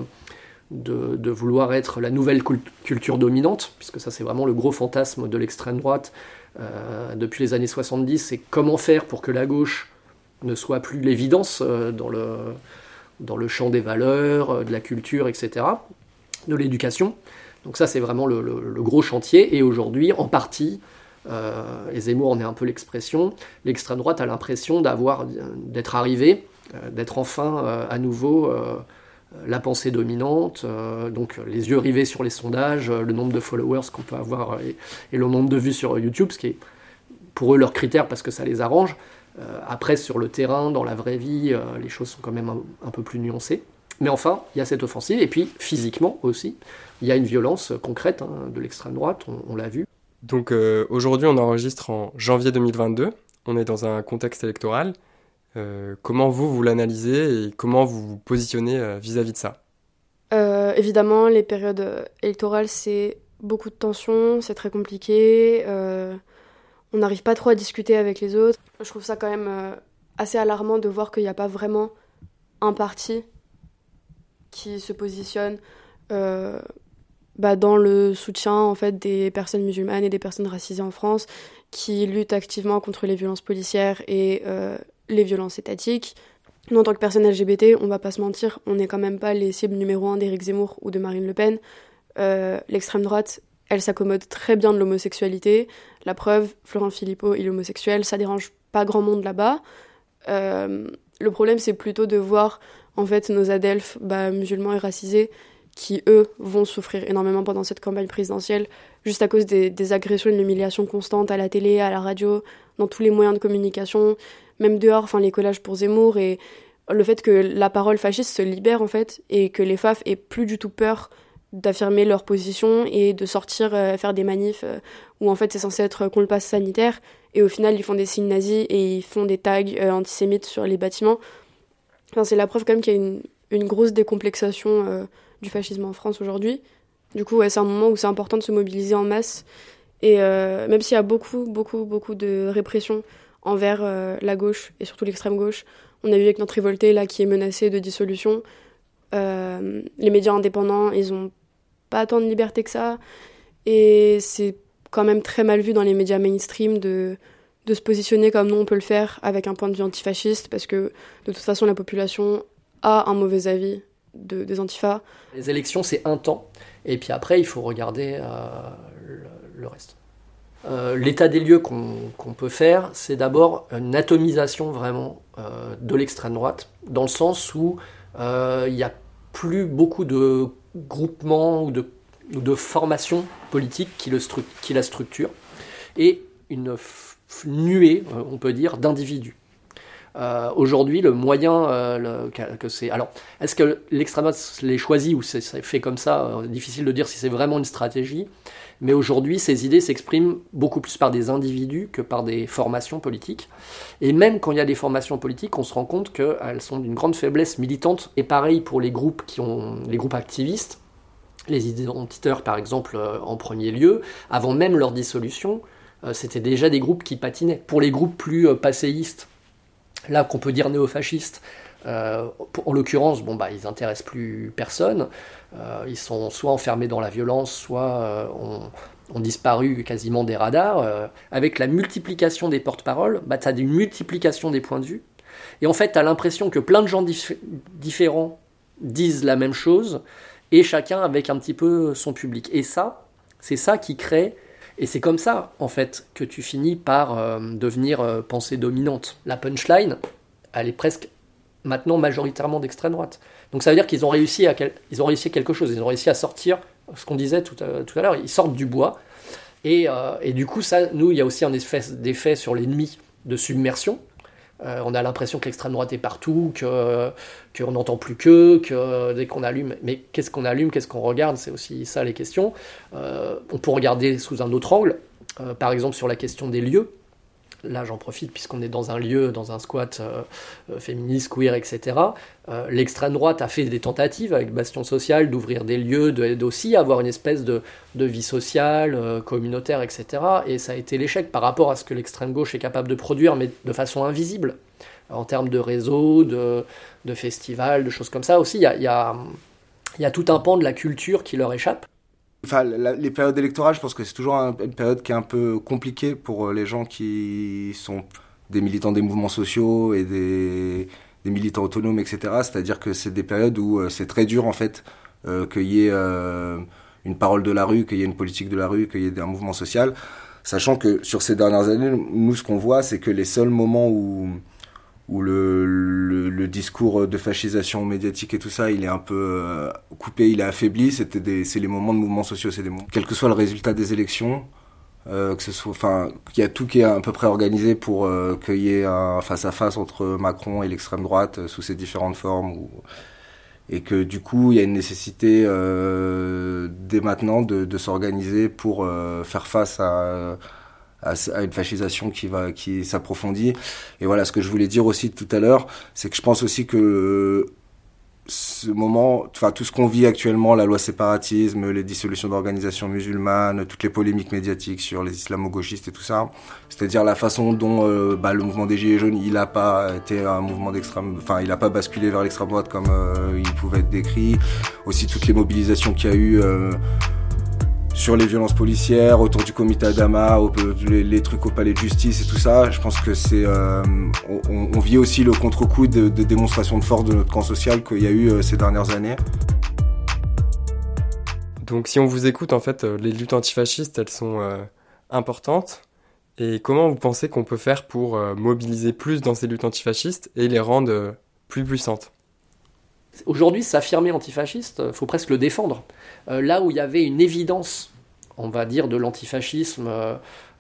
De, de vouloir être la nouvelle culture dominante, puisque ça c'est vraiment le gros fantasme de l'extrême droite euh, depuis les années soixante-dix, c'est comment faire pour que la gauche ne soit plus l'évidence euh, dans, le, dans le champ des valeurs, euh, de la culture, et cetera, de l'éducation. Donc ça, c'est vraiment le, le, le gros chantier. Et aujourd'hui, en partie, euh, et Zemmour en est un peu l'expression, l'extrême droite a l'impression d'avoir, d'être arrivée, euh, d'être enfin euh, à nouveau euh, la pensée dominante, euh, donc les yeux rivés sur les sondages, euh, le nombre de followers qu'on peut avoir et, et le nombre de vues sur YouTube, ce qui est pour eux leur critère parce que ça les arrange. Euh, après, sur le terrain, dans la vraie vie, euh, les choses sont quand même un, un peu plus nuancées. Mais enfin, il y a cette offensive, et puis physiquement aussi, il y a une violence concrète hein, de l'extrême droite, on, on l'a vu. Donc euh, aujourd'hui, on enregistre en janvier deux mille vingt-deux, on est dans un contexte électoral. Euh, comment vous, vous l'analysez et comment vous vous positionnez euh, vis-à-vis de ça ? euh, Évidemment, les périodes électorales, c'est beaucoup de tensions, c'est très compliqué, euh, on n'arrive pas trop à discuter avec les autres. Je trouve ça quand même euh, assez alarmant de voir qu'il n'y a pas vraiment un parti qui se positionne euh, bah, dans le soutien en fait, des personnes musulmanes et des personnes racisées en France, qui luttent activement contre les violences policières et euh, les violences étatiques. Nous, en tant que personnes L G B T, on va pas se mentir, on n'est quand même pas les cibles numéro un d'Éric Zemmour ou de Marine Le Pen. Euh, l'extrême droite, elle s'accommode très bien de l'homosexualité. La preuve, Florent Philippot, il est homosexuel, ça dérange pas grand monde là-bas. Euh, le problème, c'est plutôt de voir en fait nos adelphes bah, musulmans et racisés qui, eux, vont souffrir énormément pendant cette campagne présidentielle, juste à cause des, des agressions et de l'humiliation constante à la télé, à la radio, dans tous les moyens de communication, même dehors, enfin les collages pour Zemmour, et le fait que la parole fasciste se libère, en fait, et que les F A F aient plus du tout peur d'affirmer leur position et de sortir euh, faire des manifs euh, où, en fait, c'est censé être contre le pass sanitaire, et au final, ils font des signes nazis et ils font des tags euh, antisémites sur les bâtiments. Enfin, c'est la preuve, quand même, qu'il y a une, une grosse décomplexation euh, du fascisme en France aujourd'hui. Du coup, ouais, c'est un moment où c'est important de se mobiliser en masse. Et euh, même s'il y a beaucoup, beaucoup, beaucoup de répression envers euh, la gauche, et surtout l'extrême gauche, on a vu avec notre révolté, là, qui est menacée de dissolution. Euh, les médias indépendants, ils ont pas tant de liberté que ça. Et c'est quand même très mal vu dans les médias mainstream de, de se positionner comme nous, on peut le faire, avec un point de vue antifasciste, parce que, de toute façon, la population a un mauvais avis de, des antifas. Les élections, c'est un temps, et puis après, il faut regarder euh, le, le reste. Euh, l'état des lieux qu'on, qu'on peut faire, c'est d'abord une atomisation vraiment euh, de l'extrême droite, dans le sens où euh, il n'y a plus beaucoup de groupements ou de, ou de formations politiques qui, le stru- qui la structurent, et une f- nuée, on peut dire, d'individus. Euh, aujourd'hui, le moyen euh, le, que, que c'est... Alors, est-ce que l'extrême droite l'ait choisi ou c'est, c'est fait comme ça euh, difficile de dire si c'est vraiment une stratégie. Mais aujourd'hui, ces idées s'expriment beaucoup plus par des individus que par des formations politiques. Et même quand il y a des formations politiques, on se rend compte qu'elles sont d'une grande faiblesse militante. Et pareil pour les groupes qui ont les groupes activistes, les identitaires par exemple euh, en premier lieu, avant même leur dissolution, euh, c'était déjà des groupes qui patinaient. Pour les groupes plus euh, passéistes, là qu'on peut dire néofascistes, euh, en l'occurrence, bon, bah, ils n'intéressent plus personne, euh, ils sont soit enfermés dans la violence, soit euh, ont, ont disparu quasiment des radars. Euh, avec la multiplication des porte-paroles, bah, tu as une multiplication des points de vue, et en fait tu as l'impression que plein de gens dif- différents disent la même chose, et chacun avec un petit peu son public. Et ça, c'est ça qui crée... Et c'est comme ça, en fait, que tu finis par euh, devenir euh, pensée dominante. La punchline, elle est presque maintenant majoritairement d'extrême droite. Donc ça veut dire qu'ils ont réussi à, quel... ils ont réussi à quelque chose. Ils ont réussi à sortir, ce qu'on disait tout à, tout à l'heure, ils sortent du bois. Et, euh, et du coup, ça, nous, il y a aussi un effet, d'effet sur l'ennemi de submersion. Euh, on a l'impression que l'extrême droite est partout, que, qu'on n'entend plus qu'eux, que dès qu'on allume... Mais qu'est-ce qu'on allume, qu'est-ce qu'on regarde ? C'est aussi ça les questions. Euh, on peut regarder sous un autre angle, euh, par exemple sur la question des lieux. Là, j'en profite puisqu'on est dans un lieu, dans un squat euh, euh, féministe, queer, et cetera. Euh, l'extrême droite a fait des tentatives avec Bastion Social d'ouvrir des lieux, de, d'aussi avoir une espèce de, de vie sociale, euh, communautaire, et cetera. Et ça a été l'échec par rapport à ce que l'extrême gauche est capable de produire, mais de façon invisible, en termes de réseaux, de, de festivals, de choses comme ça. Aussi, il y a, y a, y a tout un pan de la culture qui leur échappe. Enfin, la, les périodes électorales, je pense que c'est toujours un, une période qui est un peu compliquée pour les gens qui sont des militants des mouvements sociaux et des, des militants autonomes, et cetera. C'est-à-dire que c'est des périodes où euh, c'est très dur, en fait, euh, qu'il y ait euh, une parole de la rue, qu'il y ait une politique de la rue, qu'il y ait un mouvement social. Sachant que sur ces dernières années, nous, ce qu'on voit, c'est que les seuls moments où, où le, le, le discours de fascisation médiatique et tout ça, il est un peu euh, coupé, il est affaibli, c'était des, c'est les moments de mouvements sociaux. C'est des moments. Quel que soit le résultat des élections, euh, que ce soit, enfin, il y a tout qui est à peu près organisé pour euh, qu'il y ait un face-à-face entre Macron et l'extrême droite euh, sous ses différentes formes. Ou, et que du coup, il y a une nécessité euh, dès maintenant de, de s'organiser pour euh, faire face à, à, à une fascisation qui, va, qui s'approfondit. Et voilà, ce que je voulais dire aussi tout à l'heure, c'est que je pense aussi que euh, ce moment, enfin tout ce qu'on vit actuellement, la loi séparatisme, les dissolutions d'organisations musulmanes, toutes les polémiques médiatiques sur les islamo-gauchistes et tout ça, c'est-à-dire la façon dont euh, bah, le mouvement des Gilets jaunes, il n'a pas été un mouvement d'extrême, enfin il n'a pas basculé vers l'extrême droite comme euh, il pouvait être décrit, aussi toutes les mobilisations qu'il y a eu euh, sur les violences policières, autour du comité Adama, au, les, les trucs au palais de justice et tout ça. Je pense que c'est, euh, on, on vit aussi le contre-coup de, de démonstration de force de notre camp social qu'il y a eu euh, ces dernières années. Donc si on vous écoute, en fait, euh, les luttes antifascistes, elles sont euh, importantes. Et comment vous pensez qu'on peut faire pour euh, mobiliser plus dans ces luttes antifascistes et les rendre euh, plus puissantes ? Aujourd'hui, s'affirmer antifasciste, il faut presque le défendre. Euh, là où il y avait une évidence, on va dire, de l'antifascisme euh,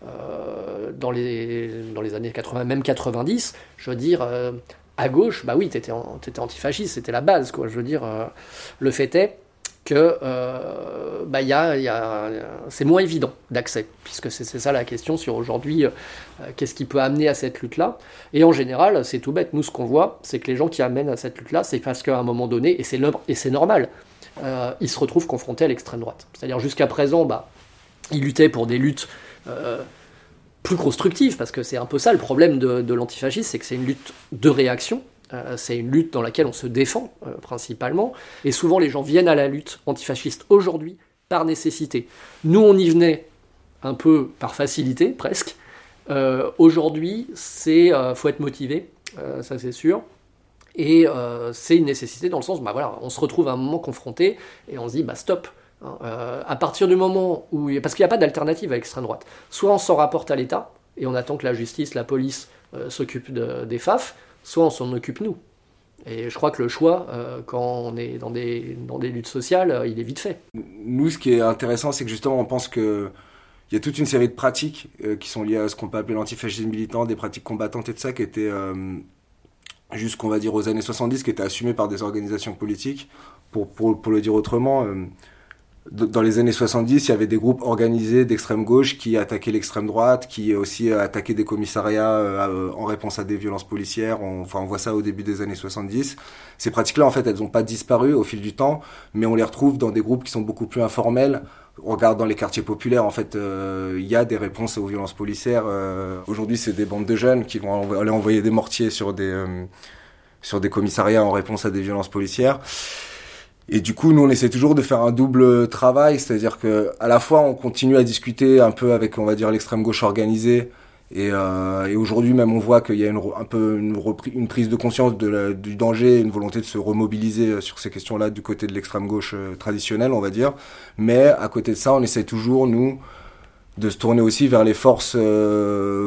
euh, dans, les, dans les années quatre-vingts, même quatre-vingt-dix, je veux dire, euh, à gauche, bah oui, t'étais, t'étais antifasciste, c'était la base, quoi. Je veux dire, euh, le fait est que euh, bah, y a, y a, c'est moins évident d'accès, puisque c'est, c'est ça la question sur aujourd'hui, euh, qu'est-ce qui peut amener à cette lutte-là. Et en général, c'est tout bête, nous ce qu'on voit, c'est que les gens qui amènent à cette lutte-là, c'est parce qu'à un moment donné, et c'est, et c'est normal, euh, ils se retrouvent confrontés à l'extrême droite. C'est-à-dire jusqu'à présent, bah, ils luttaient pour des luttes euh, plus constructives, parce que c'est un peu ça le problème de, de l'antifascisme, c'est que c'est une lutte de réaction. Euh, c'est une lutte dans laquelle on se défend, euh, principalement. Et souvent, les gens viennent à la lutte antifasciste aujourd'hui par nécessité. Nous, on y venait un peu par facilité, presque. Euh, aujourd'hui, c'est euh, faut être motivé, euh, ça c'est sûr. Et euh, c'est une nécessité dans le sens, bah voilà, on se retrouve à un moment confronté et on se dit, bah stop. Hein, euh, à partir du moment où... Parce qu'il n'y a pas d'alternative à l'extrême droite. Soit on s'en rapporte à l'État, et on attend que la justice, la police euh, s'occupe de, des F A F, soit on s'en occupe nous. Et je crois que le choix, euh, quand on est dans des, dans des luttes sociales, euh, il est vite fait. Nous, ce qui est intéressant, c'est que justement, on pense qu'il y a toute une série de pratiques euh, qui sont liées à ce qu'on peut appeler l'antifascisme militant, des pratiques combattantes et de ça, qui étaient, euh, jusqu'on va dire aux années soixante-dix, qui étaient assumées par des organisations politiques. Pour, pour, pour le dire autrement, euh, dans les années soixante-dix, il y avait des groupes organisés d'extrême gauche qui attaquaient l'extrême droite, qui aussi attaquaient des commissariats euh, en réponse à des violences policières. On, enfin, on voit ça au début des années soixante-dix. Ces pratiques-là, en fait, elles n'ont pas disparu au fil du temps, mais on les retrouve dans des groupes qui sont beaucoup plus informels. On regarde dans les quartiers populaires, en fait, il euh, y a des réponses aux violences policières. Euh, aujourd'hui, c'est des bandes de jeunes qui vont aller envoyer des mortiers sur des, euh, sur des commissariats en réponse à des violences policières. Et du coup, nous, on essaie toujours de faire un double travail, c'est-à-dire que à la fois, on continue à discuter un peu avec, on va dire, l'extrême gauche organisée. Et, euh, et aujourd'hui, même, on voit qu'il y a une, un peu une, repri- une prise de conscience de la, du danger, une volonté de se remobiliser sur ces questions-là du côté de l'extrême gauche euh, traditionnelle, on va dire. Mais à côté de ça, on essaie toujours, nous, de se tourner aussi vers les forces euh,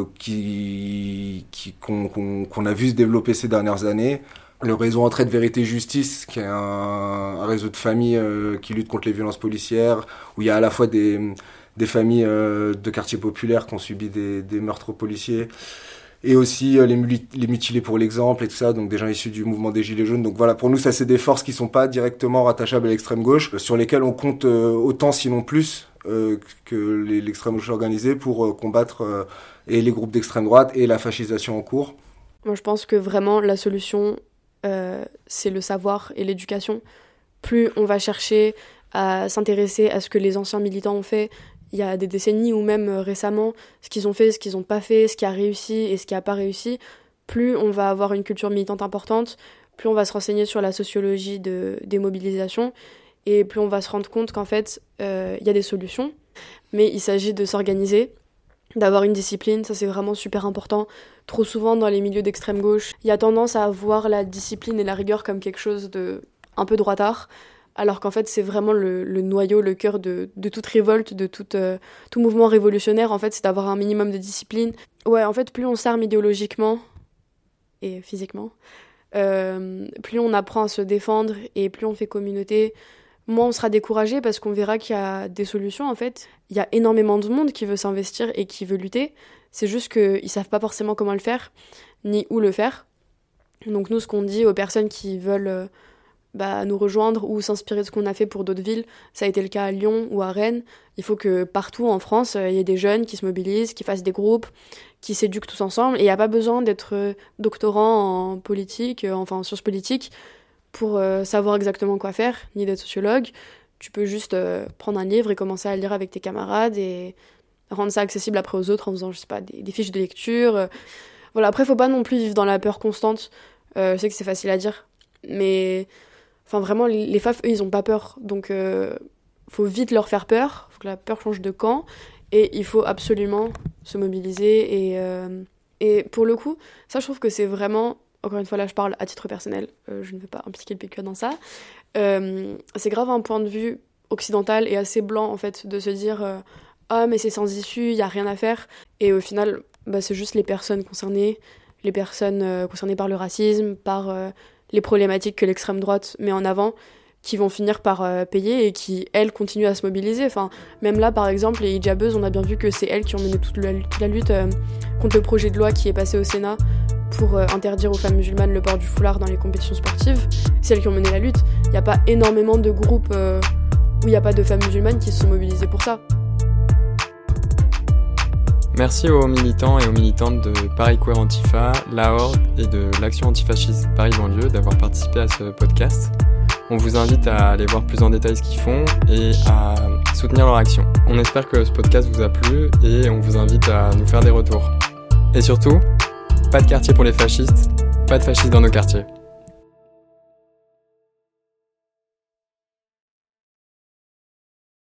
qui, qui, qu'on, qu'on, qu'on a vu se développer ces dernières années. Le réseau Entraide Vérité Justice, qui est un, un réseau de familles euh, qui lutte contre les violences policières, où il y a à la fois des, des familles euh, de quartiers populaires qui ont subi des, des meurtres policiers, et aussi euh, les, les mutilés pour l'exemple et tout ça, donc des gens issus du mouvement des Gilets jaunes. Donc voilà, pour nous, ça c'est des forces qui sont pas directement rattachables à l'extrême gauche, sur lesquelles on compte euh, autant, sinon plus, euh, que les, l'extrême gauche organisée pour euh, combattre euh, et les groupes d'extrême droite et la fascisation en cours. Moi, je pense que vraiment la solution... Euh, c'est le savoir et l'éducation. Plus on va chercher à s'intéresser à ce que les anciens militants ont fait il y a des décennies ou même euh, récemment, ce qu'ils ont fait, ce qu'ils n'ont pas fait, ce qui a réussi et ce qui n'a pas réussi, plus on va avoir une culture militante importante, plus on va se renseigner sur la sociologie de, des mobilisations et plus on va se rendre compte qu'en fait, euh, il y a des solutions, mais il s'agit de s'organiser, d'avoir une discipline, ça c'est vraiment super important. Trop souvent dans les milieux d'extrême gauche, il y a tendance à voir la discipline et la rigueur comme quelque chose de un peu droitard, alors qu'en fait c'est vraiment le, le noyau, le cœur de, de toute révolte, de toute, euh, tout mouvement révolutionnaire, en fait, c'est d'avoir un minimum de discipline. Ouais, en fait, plus on s'arme idéologiquement et physiquement, euh, plus on apprend à se défendre et plus on fait communauté, moins on sera découragé parce qu'on verra qu'il y a des solutions, en fait. Il y a énormément de monde qui veut s'investir et qui veut lutter, c'est juste qu'ils savent pas forcément comment le faire, ni où le faire. Donc nous, ce qu'on dit aux personnes qui veulent euh, bah, nous rejoindre ou s'inspirer de ce qu'on a fait pour d'autres villes, ça a été le cas à Lyon ou à Rennes, il faut que partout en France, il euh, y ait des jeunes qui se mobilisent, qui fassent des groupes, qui s'éduquent tous ensemble, et il n'y a pas besoin d'être euh, doctorant en politique, euh, enfin en sciences politiques, pour euh, savoir exactement quoi faire, ni d'être sociologue. Tu peux juste euh, prendre un livre et commencer à lire avec tes camarades et rendre ça accessible après aux autres en faisant, je sais pas, des, des fiches de lecture. Euh. Voilà, après, faut pas non plus vivre dans la peur constante. Euh, je sais que c'est facile à dire, mais enfin vraiment, les F A F, eux, ils ont pas peur. Donc, euh, faut vite leur faire peur, faut que la peur change de camp, et il faut absolument se mobiliser. Et, euh, et pour le coup, ça, je trouve que c'est vraiment... Encore une fois, là, je parle à titre personnel, euh, je ne veux pas impliquer le P Q A dans ça. Euh, c'est grave un point de vue occidental et assez blanc, en fait, de se dire euh, « Ah, mais c'est sans issue, il n'y a rien à faire ». Et au final, bah, c'est juste les personnes concernées, les personnes euh, concernées par le racisme, par euh, les problématiques que l'extrême droite met en avant, qui vont finir par euh, payer et qui, elles, continuent à se mobiliser. Enfin, même là, par exemple, les hijabeuses, on a bien vu que c'est elles qui ont mené toute la, toute la lutte euh, contre le projet de loi qui est passé au Sénat pour euh, interdire aux femmes musulmanes le port du foulard dans les compétitions sportives. C'est elles qui ont mené la lutte. Il n'y a pas énormément de groupes euh, où il n'y a pas de femmes musulmanes qui se sont mobilisées pour ça. Merci aux militants et aux militantes de Paris Queer Antifa, La Horde et de l'Action Antifasciste Paris Banlieue d'avoir participé à ce podcast. On vous invite à aller voir plus en détail ce qu'ils font et à soutenir leur action. On espère que ce podcast vous a plu et on vous invite à nous faire des retours. Et surtout, pas de quartier pour les fascistes, pas de fascistes dans nos quartiers.